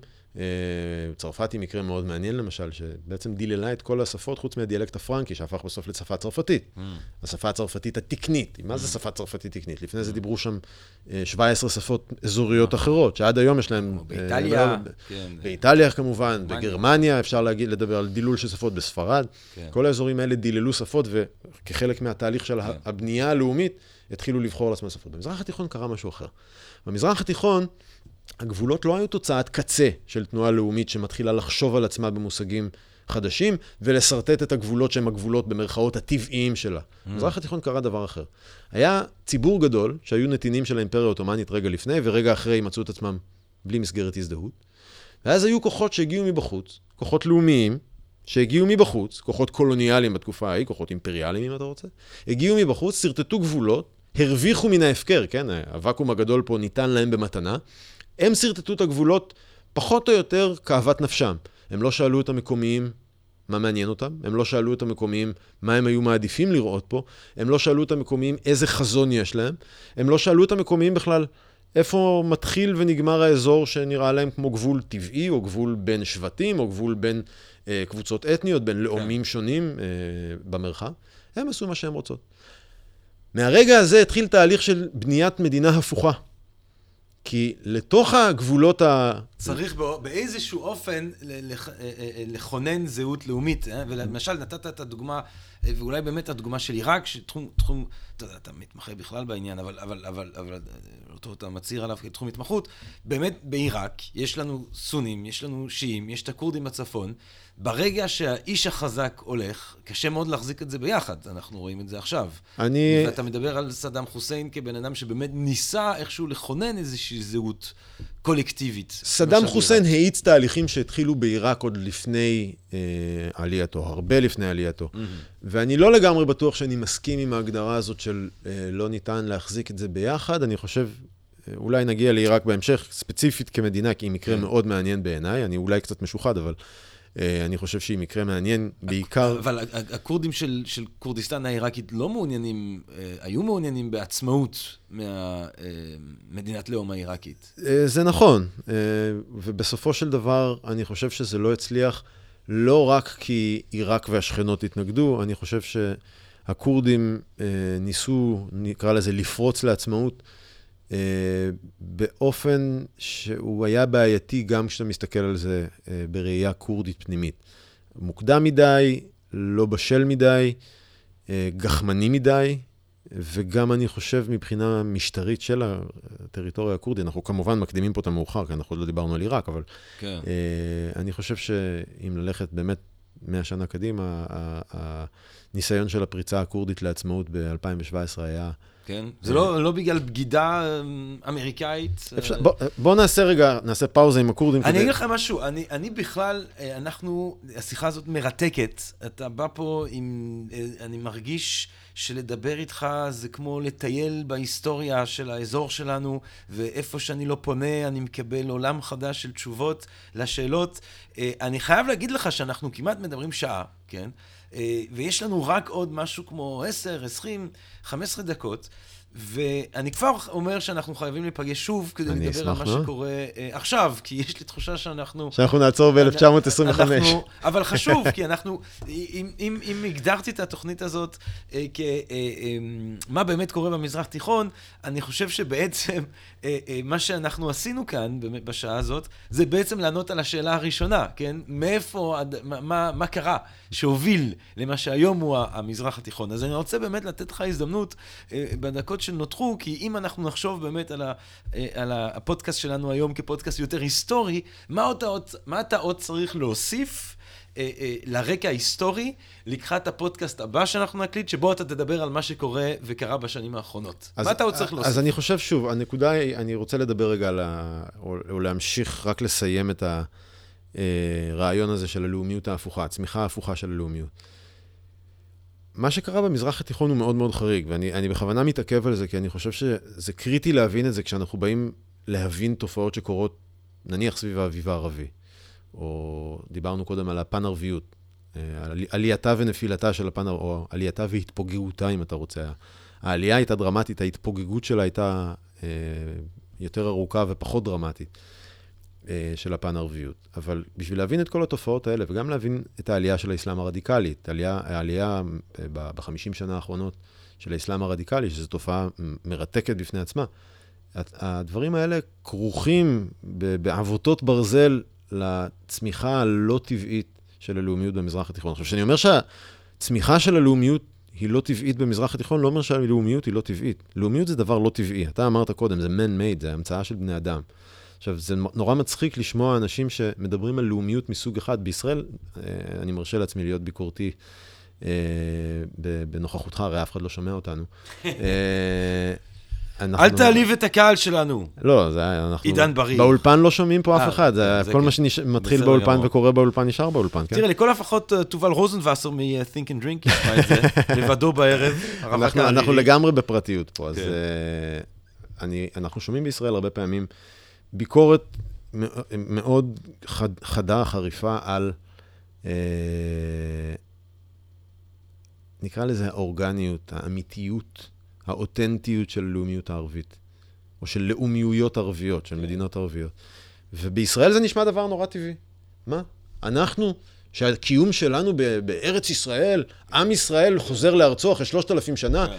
צרפתי מקרה מאוד מעניין למשל, שבעצם דיללה את כל השפות חוץ מהדיאלקט הפרנקי, שהפך בסוף לשפה צרפתית. Mm. השפה הצרפתית התקנית. Mm. מה זה שפה צרפתית תקנית? לפני mm. זה דיברו שם שבע עשרה שפות אזוריות mm. אחרות, שעד היום יש להם... באיטליה. כן. באיטליה כמובן, בגרמניה אפשר להגיד, לדבר על דילול של שפות בספרד. כן. כל האזורים האלה דיללו שפות, וכחלק מהתהליך של כן. הבנייה הלאומית, התחילו לבחור לעצמם שפות. במזרח התיכון קרה משהו אחר. במזרח התיכון, הגבולות לא היו תוצאת קצה של תנועה לאומית שמתחילה לחשוב על עצמה במושגים חדשים, ולסרטט את הגבולות שהם הגבולות במרכאות הטבעיים שלה. Mm. במזרח התיכון קרה דבר אחר. היה ציבור גדול שהיו נתינים של האימפריה העות'מאנית רגע לפני, ורגע אחרי מצאו את עצמם בלי מסגרת הזדהות. ואז היו כוחות שהגיעו מבחוץ, כוחות לאומיים, שהגיעו מבחוץ, כוחות קולוניאליים בתקופה ההיא, כוחות אימפריאליים אם אתה רוצה, הגיעו מבחוץ, סרטטו גבולות, הרוויחו מן ההפקר, כן? הוואקום הגדול פה ניתן להם במתנה. הם סרטטו את הגבולות פחות או יותר כאוות נפשם. הם לא שאלו את המקומיים מה מעניין אותם, הם לא שאלו את המקומיים מה הם היו מעדיפים לראות פה, הם לא שאלו את המקומיים איזה חזון יש להם, הם לא שאלו את המקומיים בכלל איפה מתחיל ונגמר האזור שנראה להם כמו גבול טבעי, או גבול בין שבטים, או גבול בין אה, קבוצות אתניות, בין לאומים שונים אה, במרחב. הם עשו מה שהם רוצות. מהרגע הזה התחיל תהליך של בניית מדינה הפוכה. כי לתוך הגבולות ה... צריך באיזשהו אופן לכונן זהות לאומית, ולמשל נתת את הדוגמה, ואולי באמת הדוגמה של עיראק, שתחום, תחום, אתה יודע, אתה מתמחה בכלל בעניין, אבל, אבל, אבל, אבל, אותו אתה מצהיר עליו כתחום התמחות, באמת בעיראק יש לנו סונים, יש לנו שיעים, יש את הכורדים בצפון, ברגע שהאיש החזק הולך, קשה מאוד להחזיק את זה ביחד, אנחנו רואים את זה עכשיו. אני... ואתה מדבר על סדאם חוסיין כבן אדם שבאמת ניסה איכשהו לכונן איזושהי זהות קולקטיבית. סדאם חוסיין האיץ תהליכים שהתחילו בעיראק עוד לפני אה, עלייתו, הרבה לפני עלייתו. Mm-hmm. ואני לא לגמרי בטוח שאני מסכים עם ההגדרה הזאת של אה, לא ניתן להחזיק את זה ביחד. אני חושב, אה, אולי נגיע לעיראק בהמשך, ספציפית כמדינה, כי היא מקרה mm-hmm. מאוד מעניין בעיניי. אני אולי קצת משוחד, אבל... אני חושב שהיא מקרה מעניין, בעיקר... אבל הכורדים של, של קורדיסטן העיראקית לא מעוניינים, היו מעוניינים בעצמאות מהמדינת לאום העיראקית. זה נכון, ובסופו של דבר אני חושב שזה לא הצליח, לא רק כי עיראק והשכנות התנגדו, אני חושב שהקורדים ניסו, נקרא לזה, לפרוץ לעצמאות, Uh, באופן שהוא היה בעייתי גם כשאתה מסתכל על זה uh, בראייה קורדית פנימית. מוקדם מדי, לא בשל מדי, uh, גחמני מדי, וגם אני חושב מבחינה משטרית של הטריטוריה הקורדית, אנחנו כמובן מקדימים פה את המאוחר, כי אנחנו עוד לא דיברנו על עיראק, אבל כן. uh, אני חושב שאם ללכת באמת מאה שנה קדימה, הניסיון של הפריצה הקורדית לעצמאות ב-אלפיים שבע עשרה היה... כן, זה לא, לא בגלל בגידה אמריקאית. אפשר, בוא, בוא נעשה רגע, נעשה פאוזה עם הקורדים. אני אגיד לך משהו, אני, אני בכלל, אנחנו, השיחה הזאת מרתקת. אתה בא פה עם, אני מרגיש שלדבר איתך זה כמו לטייל בהיסטוריה של האזור שלנו, ואיפה שאני לא פונה, אני מקבל עולם חדש של תשובות לשאלות. אני חייב להגיד לך שאנחנו כמעט מדברים שעה, כן? ויש לנו רק עוד משהו כמו עשר, עשרים, חמש עשרה דקות, ואני כבר אומר שאנחנו חייבים להיפגש שוב כדי לדבר על מה שקורה עכשיו, כי יש לי תחושה שאנחנו... שאנחנו נעצור ב-אלף תשע מאות עשרים וחמש. אבל חשוב, כי אנחנו, אם הגדרתי את התוכנית הזאת כמה באמת קורה במזרח תיכון, אני חושב שבעצם מה שאנחנו עשינו כאן בשעה הזאת, זה בעצם לענות על השאלה הראשונה, כן? מאיפה, מה קרה שהוביל למה שהיום הוא המזרח התיכון. אז אני רוצה באמת לתת לך הזדמנות בדקות שנותחו, כי אם אנחנו נחשוב באמת על, ה, על הפודקאסט שלנו היום כפודקאסט יותר היסטורי, מה אתה עוד, מה אתה עוד צריך להוסיף אה, אה, לרקע ההיסטורי לקחת הפודקאסט הבא שאנחנו נקליט, שבו אתה תדבר על מה שקורה וקרה בשנים האחרונות. אז, מה אתה עוד צריך להוסיף? אז אני חושב שוב, הנקודה היא, אני רוצה לדבר רגע על ה, או, או להמשיך רק לסיים את הרעיון הזה של הלאומיות ההפוכה, הצמיחה ההפוכה של הלאומיות. מה שקרה במזרח התיכון הוא מאוד מאוד חריג, ואני אני בכוונה מתעכב על זה, כי אני חושב שזה קריטי להבין את זה כשאנחנו באים להבין תופעות שקורות, נניח סביב האביב הערבי, או דיברנו קודם על הפן-ערביות, עלייתה ונפילתה של הפן, או עלייתה והתפוגגותה, אם אתה רוצה. העלייה הייתה דרמטית, ההתפוגגות שלה הייתה אה, יותר ארוכה ופחות דרמטית אה, של הפן-ערביות. אבל בשביל להבין את כל התופעות האלה, וגם להבין את העלייה של האסלאם הרדיקלי, את העלייה, העלייה ב-חמישים שנה האחרונות של האסלאם הרדיקלי, שזו תופעה מרתקת בפני עצמה, הדברים האלה כרוכים בעבותות ברזל לצמיחה הלא טבעית של הלאומיות במזרח התיכון. עכשיו, כשאני אומר שהצמיחה של הלאומיות היא לא טבעית במזרח התיכון, לא אומר שהלאומיות היא לא טבעית. לאומיות זה דבר לא טבעי. אתה אמרת קודם, זה man-made, זה המצאה של בני אדם. עכשיו, זה נורא מצחיק לשמוע אנשים שמדברים על לאומיות מסוג אחד. בישראל, אני מרשה לעצמי להיות ביקורתי בנוכחותך, הרי אף אחד לא שומע אותנו. אל תעליב את הקהל שלנו. לא, זה אנחנו... עידן בריא. באולפן לא שומעים פה אף אחד. כל מה שמתחיל באולפן וקורה באולפן נשאר באולפן, כן? תראה, לכל הפחות תובל רוזנווסר מ-Think and Drink ישמע את זה, לבדו בערב. אנחנו לגמרי בפרטיות פה, אז אנחנו שומעים בישראל הרבה פעמים ביקורת מאוד חדה, חריפה על, נקרא לזה האורגניות, האמיתיות, האותנטיות של הלאומיות הערבית, או של לאומיויות ערביות, של מדינות ערביות. ובישראל זה נשמע דבר נורא טבעי. מה? אנחנו, שהקיום שלנו בארץ ישראל, עם ישראל חוזר לארצו אחרי שלושת אלפים שנה,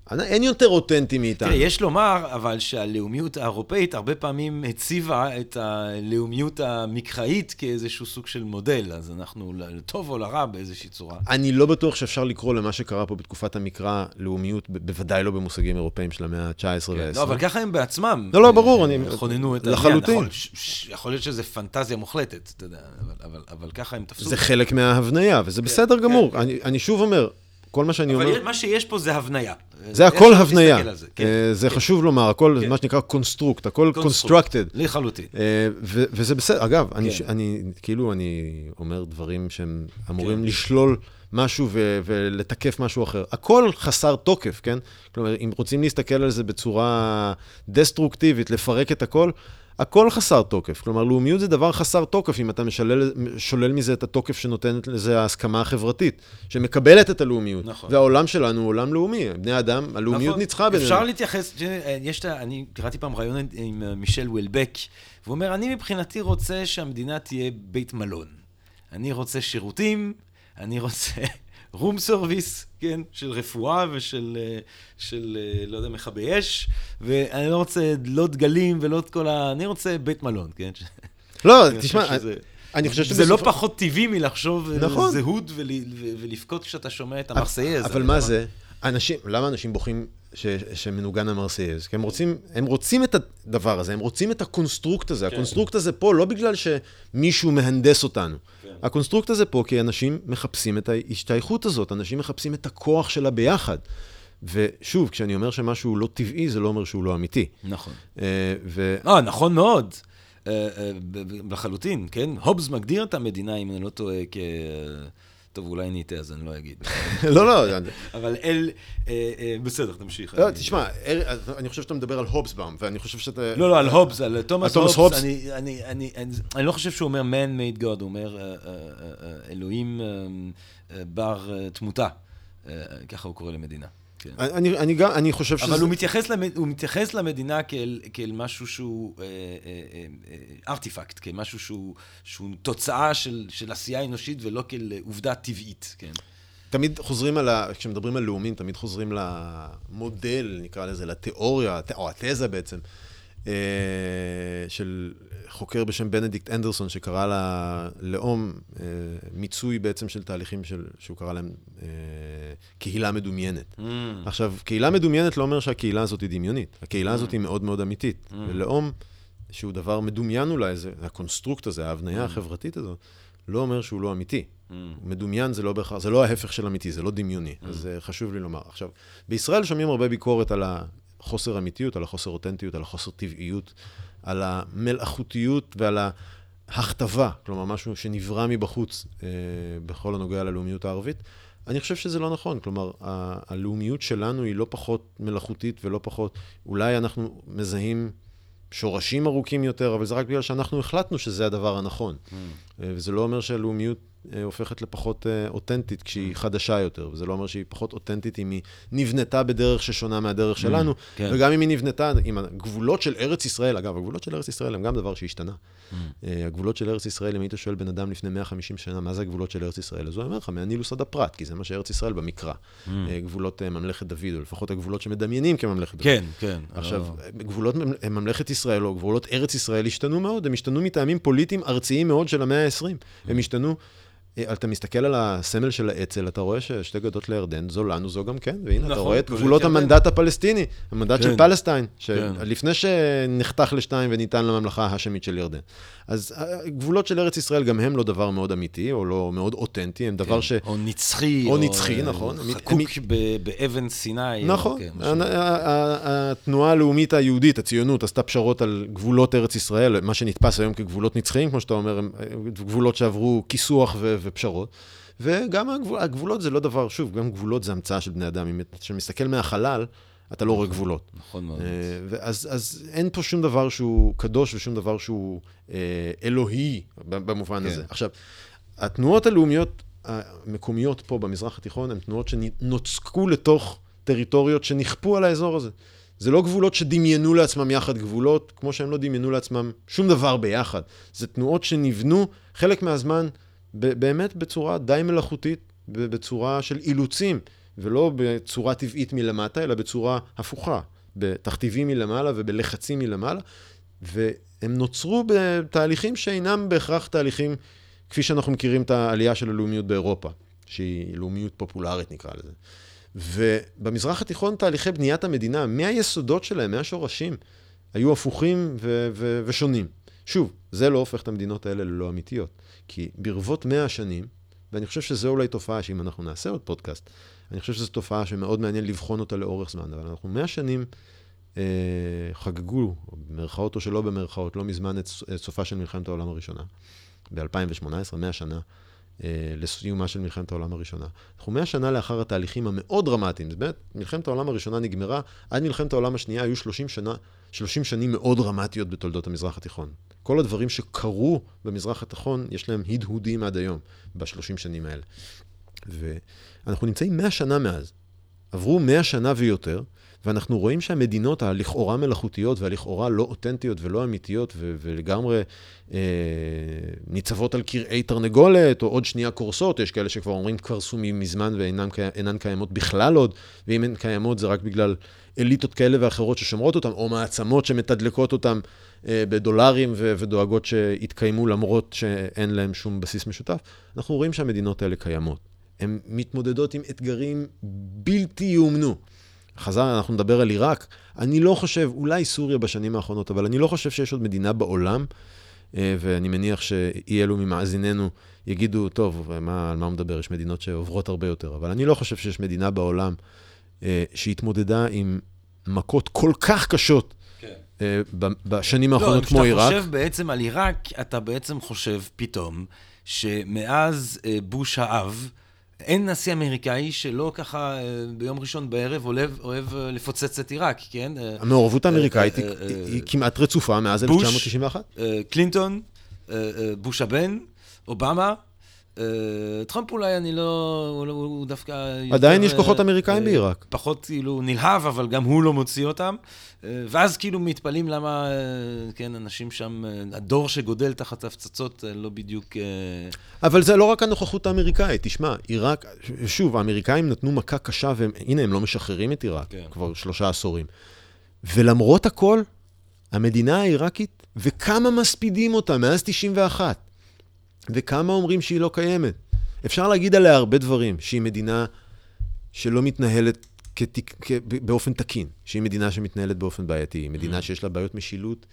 אין יותר אותנטי מאיתנו. תראה, יש לומר, אבל שהלאומיות האירופאית הרבה פעמים הציבה את הלאומיות המקראית כאיזשהו סוג של מודל, אז אנחנו לטוב או לרע באיזושהי צורה. אני לא בטוח שאפשר לקרוא למה שקרה פה בתקופת המקרא לאומיות, בוודאי לא במושגים אירופאים של המאה ה-תשע עשרה וה-עשרים. לא, אבל ככה הם בעצמם. לא, לא, ברור, אני... חוננו את לחלוטין. יכול להיות שזה פנטזיה מוחלטת, אתה יודע, אבל ככה הם תפסו. זה חלק מההבניה, וזה בסדר גמור. אני שוב אומר, כל מה שאני אומר... אבל מה שיש פה זה הבניה. זה הכל הבניה. זה חשוב לומר, הכל מה שנקרא קונסטרוקט, הכל קונסטרוקטד. לחלוטין. וזה בסדר. אגב, אני כאילו, אני אומר דברים שהם אמורים לשלול משהו ולתקף משהו אחר. הכל חסר תוקף, כן? כלומר, אם רוצים להסתכל על זה בצורה דסטרוקטיבית, לפרק את הכל, הכל חסר תוקף. כלומר, לאומיות זה דבר חסר תוקף, אם אתה משלל, שולל מזה את התוקף שנותנת לזה ההסכמה החברתית, שמקבלת את הלאומיות. נכון. והעולם שלנו הוא עולם לאומי. בני אדם, הלאומיות נכון. ניצחה בינינו. אפשר להתייחס, יש, אני קראתי פעם רעיון עם מישל וילבק, והוא אומר, אני מבחינתי רוצה שהמדינה תהיה בית מלון. אני רוצה שירותים, אני רוצה רום סרוויס, כן, של רפואה ושל, של, לא יודע, מכבי אש, ואני לא רוצה לא דגלים ולא את כל ה... אני רוצה בית מלון, כן? לא, תשמע, אני חושב שזה לא פחות טבעי מלחשוב זהות ולפקוד כשאתה שומע את המרסייז. אבל מה זה? אנשים, למה אנשים בוכים שמנוגן המרסייז? כי הם רוצים, הם רוצים את הדבר הזה, הם רוצים את הקונסטרוקט הזה. הקונסטרוקט הזה פה לא בגלל שמישהו מהנדס אותנו. הקונסטרוקט הזה פה כי אנשים מחפשים את ההשתייכות הזאת, אנשים מחפשים את הכוח שלה ביחד. ושוב, כשאני אומר שמשהו לא טבעי, זה לא אומר שהוא לא אמיתי. נכון. אה, נכון מאוד. לחלוטין, כן? הובס מגדיר את המדינה, אם אני לא טועה, כ... טוב, אולי אני אטעה, אז אני לא אגיד. לא, לא. אבל אל... בסדר, תמשיך. לא, תשמע, אני חושב שאתה מדבר על הובסבאום, ואני חושב שאתה... לא, לא, על הובס, על תומאס הובס. אני לא חושב שהוא אומר man-made God, הוא אומר אלוהים בר תמותה. ככה הוא קורא למדינה. אני, אני גם, אני חושב שזה... אבל הוא מתייחס, למד... הוא מתייחס למדינה כאל, כאל משהו שהוא ארטיפקט, כמשהו שהוא, שהוא תוצאה של, של עשייה אנושית ולא כאל עובדה טבעית, כן. תמיד חוזרים על ה... כשמדברים על לאומים, תמיד חוזרים למודל, נקרא לזה, לתיאוריה, או התזה בעצם, של חוקר בשם בנדיקט אנדרסון, שקרא ללאום מיצוי בעצם של תהליכים של, שהוא קרא להם קהילה מדומיינת. Mm. עכשיו, קהילה מדומיינת לא אומר שהקהילה הזאת היא דמיונית. הקהילה mm. הזאת היא מאוד מאוד אמיתית. Mm. ולאום, שהוא דבר מדומיין אולי, זה, הקונסטרוקט הזה, ההבניה mm. החברתית הזאת, לא אומר שהוא לא אמיתי. Mm. מדומיין זה לא בהכרח, זה לא ההפך של אמיתי, זה לא דמיוני. Mm. אז חשוב לי לומר. עכשיו, בישראל שומעים הרבה ביקורת על ה... חוסר אמיתיות, על החוסר אותנטיות, על החוסר טבעיות, על המלאכותיות ועל ההכתבה, כלומר משהו שנברא מבחוץ אה, בכל הנוגע ללאומיות הערבית. אני חושב שזה לא נכון, כלומר, ה- הלאומיות שלנו היא לא פחות מלאכותית ולא פחות, אולי אנחנו מזהים שורשים ארוכים יותר, אבל זה רק בגלל שאנחנו החלטנו שזה הדבר הנכון. Mm. וזה לא אומר שהלאומיות הופכת לפחות אותנטית כשהיא חדשה יותר, וזה לא אומר שהיא פחות אותנטית אם היא נבנתה בדרך ששונה מהדרך שלנו, mm, כן. וגם אם היא נבנתה, עם הגבולות של ארץ ישראל, אגב, הגבולות של ארץ ישראל הם גם דבר שהשתנה. Mm. הגבולות של ארץ ישראל, אם היית שואל בן אדם לפני מאה וחמישים שנה, מה זה הגבולות של ארץ ישראל? אז הוא אומר לך, מהנילוס עד הפרת, כי זה מה שארץ ישראל במקרא. Mm. גבולות ממלכת דוד, או לפחות הגבולות שמדמיינים כממלכת דוד. כן, כן. עכשיו, גבולות ממלכת ישראל, או גבולות ארץ ישראל, השתנו מאוד, הם השתנו מטעמים פוליטיים ארציים מאוד של המאה ה-עשרים. הם השתנו, אתה מסתכל על הסמל של האצ"ל, אתה רואה ששתי גדות לירדן, זו לנו, זו גם כן, והנה, אתה רואה את גבולות המנדט הפלסטיני, המנדט של פלסטיין, שלפני שנחתך לשתיים וניתן לממלכה ההשמית של ירדן. אז גבולות של ארץ ישראל גם הם לא דבר מאוד אמיתי, או לא מאוד אותנטי, הם דבר ש... או נצחי. או נצחי, נכון. חקוק באבן סיני. נכון. התנועה הלאומית היהודית, הציונות, עשתה פשרות על גבולות ארץ ישראל, מה שנתפס היום כגבולות נצחיים, כמו שאתה אומר, גבולות שעברו כיסוח ופשרות. וגם הגבולות זה לא דבר, שוב, גם גבולות זה המצאה של בני אדם. אם אתה מסתכל מהחלל, אתה לא רואה גבולות. נכון מאוד. אז, אז אין פה שום דבר שהוא קדוש ושום דבר שהוא אלוהי במובן הזה. עכשיו, התנועות הלאומיות המקומיות פה במזרח התיכון הן תנועות שנוצקו לתוך טריטוריות שנכפו על האזור הזה. זה לא גבולות שדמיינו לעצמם יחד גבולות, כמו שהם לא דמיינו לעצמם שום דבר ביחד. זה תנועות שנבנו חלק מהזמן באמת בצורה די מלאכותית, בצורה של אילוצים. ולא בצורה טבעית מלמטה, אלא בצורה הפוכה, בתכתיבים מלמעלה ובלחצים מלמעלה, והם נוצרו בתהליכים שאינם בהכרח תהליכים, כפי שאנחנו מכירים את העלייה של הלאומיות באירופה, שהיא לאומיות פופולרית נקרא לזה. ובמזרח התיכון תהליכי בניית המדינה, מהיסודות שלהם, מהשורשים, היו הפוכים ו- ו- ושונים. שוב, זה לא הופך את המדינות האלה ללא אמיתיות, כי ברבות מאה השנים, ואני חושב שזו אולי תופעה שאם אנחנו נעשה עוד פודקאסט, אני חושב שזו תופעה שמאוד מעניין לבחון אותה לאורך זמן, אבל אנחנו מאה שנים אה, חגגו, במרכאות או שלא במרכאות, לא מזמן את, את סופה של מלחמת העולם הראשונה, ב-אלפיים ושמונה עשרה, מאה שנה, אה, לסיומה של מלחמת העולם הראשונה. אנחנו מאה שנה לאחר התהליכים המאוד דרמטיים, זאת אומרת, מלחמת העולם הראשונה נגמרה, עד מלחמת העולם השנייה היו שלושים שנה, שלושים שנים מאוד דרמטיות בתולדות המזרח התיכון. כל הדברים שקרו במזרח התיכון, יש להם הדהודים עד היום, בשלושים שנים האלה. ואנחנו נמצאים מאה שנה מאז. עברו מאה שנה ויותר, ואנחנו רואים שהמדינות הלכאורה מלאכותיות והלכאורה לא אותנטיות ולא אמיתיות ו- ולגמרי אה, ניצבות על קרעי תרנגולת, או עוד שנייה קורסות, יש כאלה שכבר אומרים קרסו מזמן ואינן קיימות בכלל עוד, ואם הן קיימות זה רק בגלל אליטות כאלה ואחרות ששומרות אותם, או מעצמות שמתדלקות אותם אה, בדולרים ו- ודואגות שיתקיימו למרות שאין להם שום בסיס משותף. אנחנו רואים שהמדינות האלה קיימות. הן מתמודדות עם אתגרים בלתי יאומנו. חזר, אנחנו נדבר על עיראק. אני לא חושב, אולי סוריה בשנים האחרונות, אבל אני לא חושב שיש עוד מדינה בעולם, ואני מניח שאי אלו ממאזיננו יגידו, טוב, מה, על מה הוא מדבר? יש מדינות שעוברות הרבה יותר, אבל אני לא חושב שיש מדינה בעולם שהתמודדה עם מכות כל כך קשות כן. בשנים האחרונות לא, כמו עיראק. לא, כשאתה חושב בעצם על עיראק, אתה בעצם חושב פתאום שמאז בוש האב, אין נשיא אמריקאי שלא ככה ביום ראשון בערב אוהב, אוהב לפוצץ את עיראק, כן? המעורבות האמריקאית היא, היא כמעט רצופה מאז אלף תשע מאות תשעים ואחת. קלינטון, בוש הבן, אובמה, טראמפ אולי אני לא, הוא דווקא... עדיין יש כוחות אמריקאים בעיראק. פחות כאילו נלהב, אבל גם הוא לא מוציא אותם. ואז כאילו מתפלאים למה, כן, אנשים שם, הדור שגודל תחת הפצצות לא בדיוק... אבל זה לא רק הנוכחות האמריקאית. תשמע, עיראק, שוב, האמריקאים נתנו מכה קשה, והנה, הם לא משחררים את עיראק, כן. כבר שלושה עשורים. ולמרות הכל, המדינה העיראקית, וכמה מספידים אותה מאז תשעים ואחת, וכמה אומרים שהיא לא קיימת. אפשר להגיד עליה הרבה דברים, שהיא מדינה שלא מתנהלת כתיק, כ, באופן תקין, שהיא מדינה שמתנהלת באופן בעייתי, מדינה שיש לה בעיות משילות,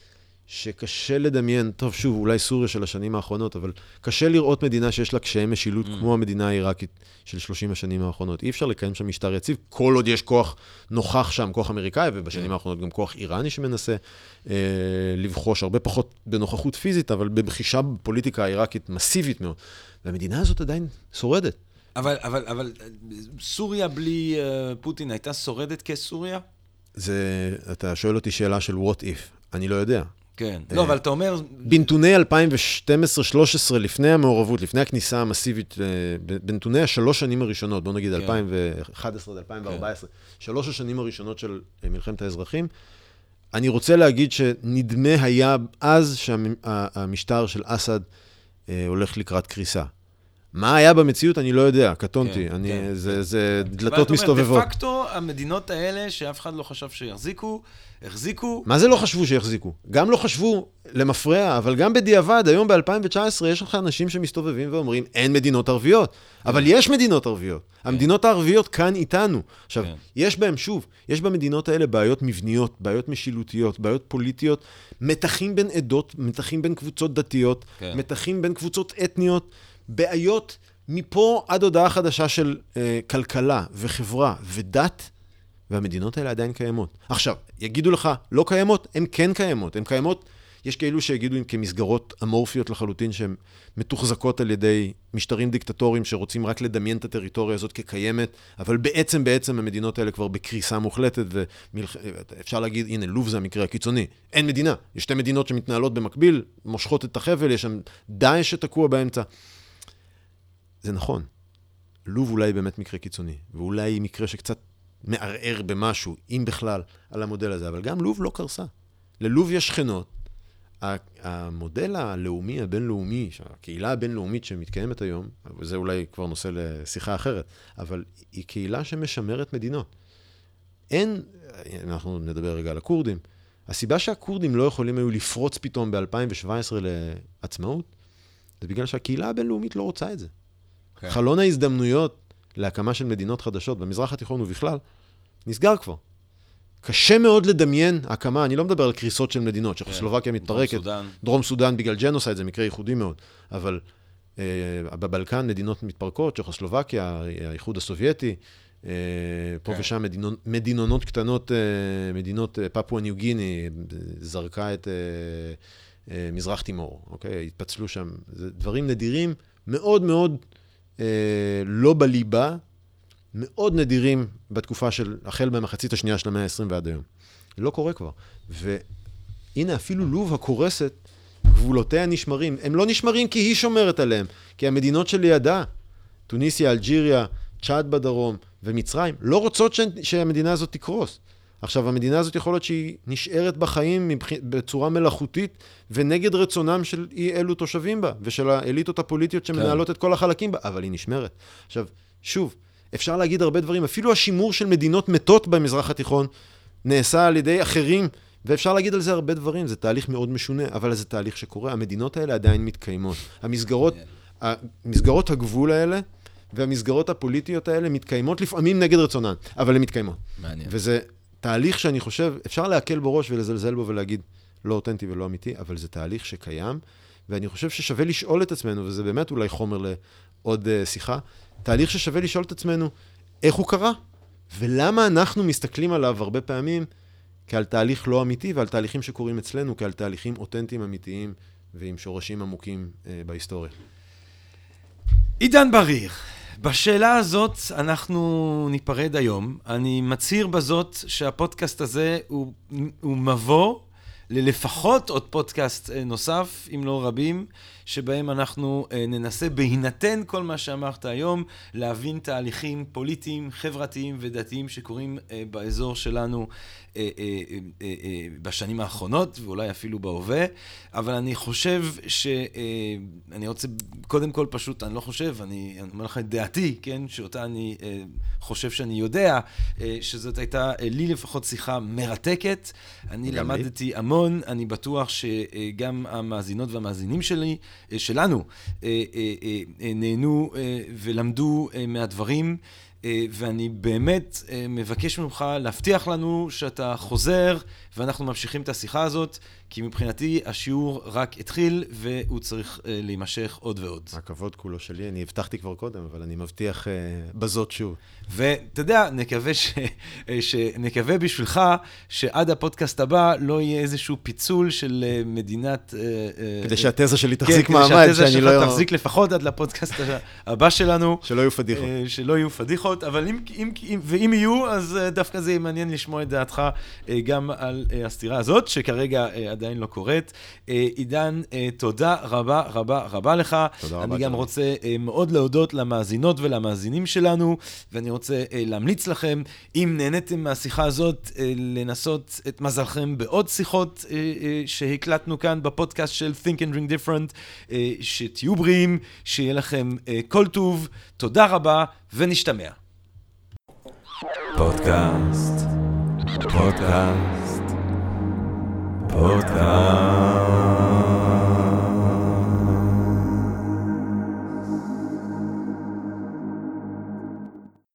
שקשה לדמיין, טוב שוב, אולי סוריה של השנים האחרונות, אבל קשה לראות מדינה שיש לה קשיי משילות כמו המדינה העיראקית של שלושים השנים האחרונות. אי אפשר לקיים שם משטר יציב, כל עוד יש כוח נוכח שם, כוח אמריקאי, ובשנים האחרונות גם כוח איראני שמנסה אה, לבחוש, הרבה פחות בנוכחות פיזית, אבל בבחישה בפוליטיקה העיראקית מסיבית מאוד. והמדינה הזאת עדיין שורדת. אבל, אבל, אבל סוריה בלי uh, פוטין הייתה שורדת כסוריה? זה, אתה שואל אותי שאלה של what if. אני לא יודע. כן. לא, אבל אתה אומר... בנתוני אלפיים ושתים עשרה שלוש עשרה, לפני המעורבות, לפני הכניסה המסיבית, בנתוני השלוש שנים הראשונות, בוא נגיד אלפיים ואחת עשרה עד אלפיים וארבע עשרה, שלוש השנים הראשונות של מלחמת האזרחים, אני רוצה להגיד שנדמה היה אז שהמשטר של אסד הולך לקראת קריסה. מה היה במציאות, אני לא יודע, קטונתי, כן, אני, כן, זה, כן. זה דלתות מסתובבות. דה פקטו, המדינות האלה שאף אחד לא חשב שיחזיקו, החזיקו... מה זה לא חשבו שיחזיקו? גם לא חשבו למפרע, אבל גם בדיעבד, היום ב-אלפיים תשע עשרה יש לך אנשים שמסתובבים ואומרים, אין מדינות ערביות, אבל יש מדינות ערביות. המדינות הערביות כאן איתנו. עכשיו, יש בהם, שוב, יש במדינות האלה בעיות מבניות, בעיות משילותיות, בעיות פוליטיות, מתחים בין עדות, מתחים בין קבוצות דתיות, מתחים בין קבוצות אתניות, בעיות מפה עד הודעה חדשה של אה, כלכלה וחברה ודת, והמדינות האלה עדיין קיימות. עכשיו, יגידו לך, לא קיימות, הן כן קיימות. הן קיימות, יש כאלו שיגידו הן כמסגרות אמורפיות לחלוטין, שהן מתוחזקות על ידי משטרים דיקטטוריים שרוצים רק לדמיין את הטריטוריה הזאת כקיימת, אבל בעצם, בעצם המדינות האלה כבר בקריסה מוחלטת, ואפשר להגיד, הנה, לוב זה המקרה הקיצוני. אין מדינה. יש שתי מדינות שמתנהלות במקביל, מושכות את החבל, יש שם דאעש שתקוע באמצע. זה נכון. לוב אולי באמת מקרה קיצוני, ואולי מקרה שקצת מערער במשהו, אם בכלל, על המודל הזה, אבל גם לוב לא קרסה. ללוב יש שכנות, המודל הלאומי, הבינלאומי, הקהילה הבינלאומית שמתקיימת היום, וזה אולי כבר נושא לשיחה אחרת, אבל היא קהילה שמשמרת מדינות. אין, אנחנו נדבר רגע על הקורדים, הסיבה שהקורדים לא יכולים היו לפרוץ פתאום ב-אלפיים שבע עשרה לעצמאות, זה בגלל שהקהילה הבינלאומית לא רוצה את זה. Okay. חלון ההזדמנויות להקמה של מדינות חדשות במזרח התיכון ובכלל, נסגר כבר. קשה מאוד לדמיין הקמה, אני לא מדבר על קריסות של מדינות, צ'כוסלובקיה מתפרקת, דרום סודן. דרום סודן בגלל ג'נוסייד, זה מקרה ייחודי מאוד, אבל אה, בבלקן מדינות מתפרקות, צ'כוסלובקיה, האיחוד הסובייטי, אה, פה okay. ושם מדינות, מדינונות קטנות, אה, מדינות אה, פפואה ניו גיני, זרקה את אה, אה, מזרח תימור, אוקיי? התפצלו שם, זה דברים נדירים, מאוד מאוד אה, לא בליבה, מאוד נדירים בתקופה של, החל במחצית השנייה של המאה ה-עשרים ועד היום. לא קורה כבר. והנה, אפילו לוב הקורסת, גבולותיה נשמרים. הם לא נשמרים כי היא שומרת עליהם, כי המדינות שלידה, טוניסיה, אלג'יריה, צ'אד בדרום ומצרים, לא רוצות ש... שהמדינה הזאת תקרוס. עכשיו, המדינה הזאת יכול להיות שהיא נשארת בחיים מבח... בצורה מלאכותית, ונגד רצונם של אי אלו תושבים בה, ושל האליטות הפוליטיות שמנהלות כן. את כל החלקים בה, אבל היא נשמרת. עכשיו, שוב, אפשר להגיד הרבה דברים, אפילו השימור של מדינות מתות במזרח התיכון נעשה על ידי אחרים, ואפשר להגיד על זה הרבה דברים, זה תהליך מאוד משונה, אבל זה תהליך שקורה, המדינות האלה עדיין מתקיימות. המסגרות, המסגרות הגבול האלה, והמסגרות הפוליטיות האלה מתקיימות לפעמים נגד רצונן, אבל הן מתקיימות. מעניין. וזה תהליך שאני חושב, אפשר להקל בראש ולזלזל בו ולהגיד, לא אותנטי ולא אמיתי, אבל זה תהליך שקיים, ואני חושב ששווה לשאול את עצמנו, וזה באמת אולי חומר לעוד שיחה, תהליך ששווה לשאול את עצמנו, איך הוא קרה? ולמה אנחנו מסתכלים עליו הרבה פעמים כעל תהליך לא אמיתי, ועל תהליכים שקורים אצלנו, כעל תהליכים אותנטיים אמיתיים, ועם שורשים עמוקים אה, בהיסטוריה. עידן בריר, בשאלה הזאת אנחנו ניפרד היום. אני מצהיר בזאת שהפודקאסט הזה הוא, הוא מבוא, ללפחות עוד פודקאסט נוסף, אם לא רבים, שבהם אנחנו ננסה בהינתן כל מה שאמרת היום, להבין תהליכים פוליטיים, חברתיים ודתיים שקורים באזור שלנו בשנים האחרונות, ואולי אפילו בהווה, אבל אני חושב ש... אני רוצה, קודם כל פשוט, אני לא חושב, אני אומר לך את דעתי, כן, שאותה אני חושב שאני יודע, שזאת הייתה לי לפחות שיחה מרתקת, אני למדתי המון, אני בטוח שגם המאזינות והמאזינים שלי, שלנו, נהנו ולמדו מהדברים, ואני באמת מבקש ממך להבטיח לנו שאתה חוזר, ואנחנו ממשיכים את השיחה הזאת, כי מבחינתי השיעור רק התחיל, והוא צריך להימשך עוד ועוד. הכבוד כולו שלי, אני הבטחתי כבר קודם, אבל אני מבטיח בזאת שוב. ואתה יודע, נקווה, ש... שנקווה בשבילך שעד הפודקאסט הבא לא יהיה איזשהו פיצול של מדינת... כדי שהתזה שלי תחזיק כן, מעמד, כדי שהתזה שלך לא... תחזיק לפחות עד לפודקאסט הבא שלנו. שלא יהיו פדיחות. שלא יהיו פדיחות, אבל אם, אם, אם, ואם יהיו, אז דווקא זה מעניין לשמוע את דעתך גם על הסתירה הזאת, שכרגע עדיין לא קורית. עידן, תודה רבה רבה רבה לך. תודה רבה. אני גם רוצה מאוד להודות למאזינות ולמאזינים שלנו, ואני רוצה להמליץ לכם, אם נהניתם מהשיחה הזאת, לנסות את מזלכם בעוד שיחות שהקלטנו כאן בפודקאסט של Think and Drink Different, שתהיו בריאים, שיהיה לכם כל טוב. תודה רבה ונשתמע. פודקאסט, פודקאסט, פודקאסט.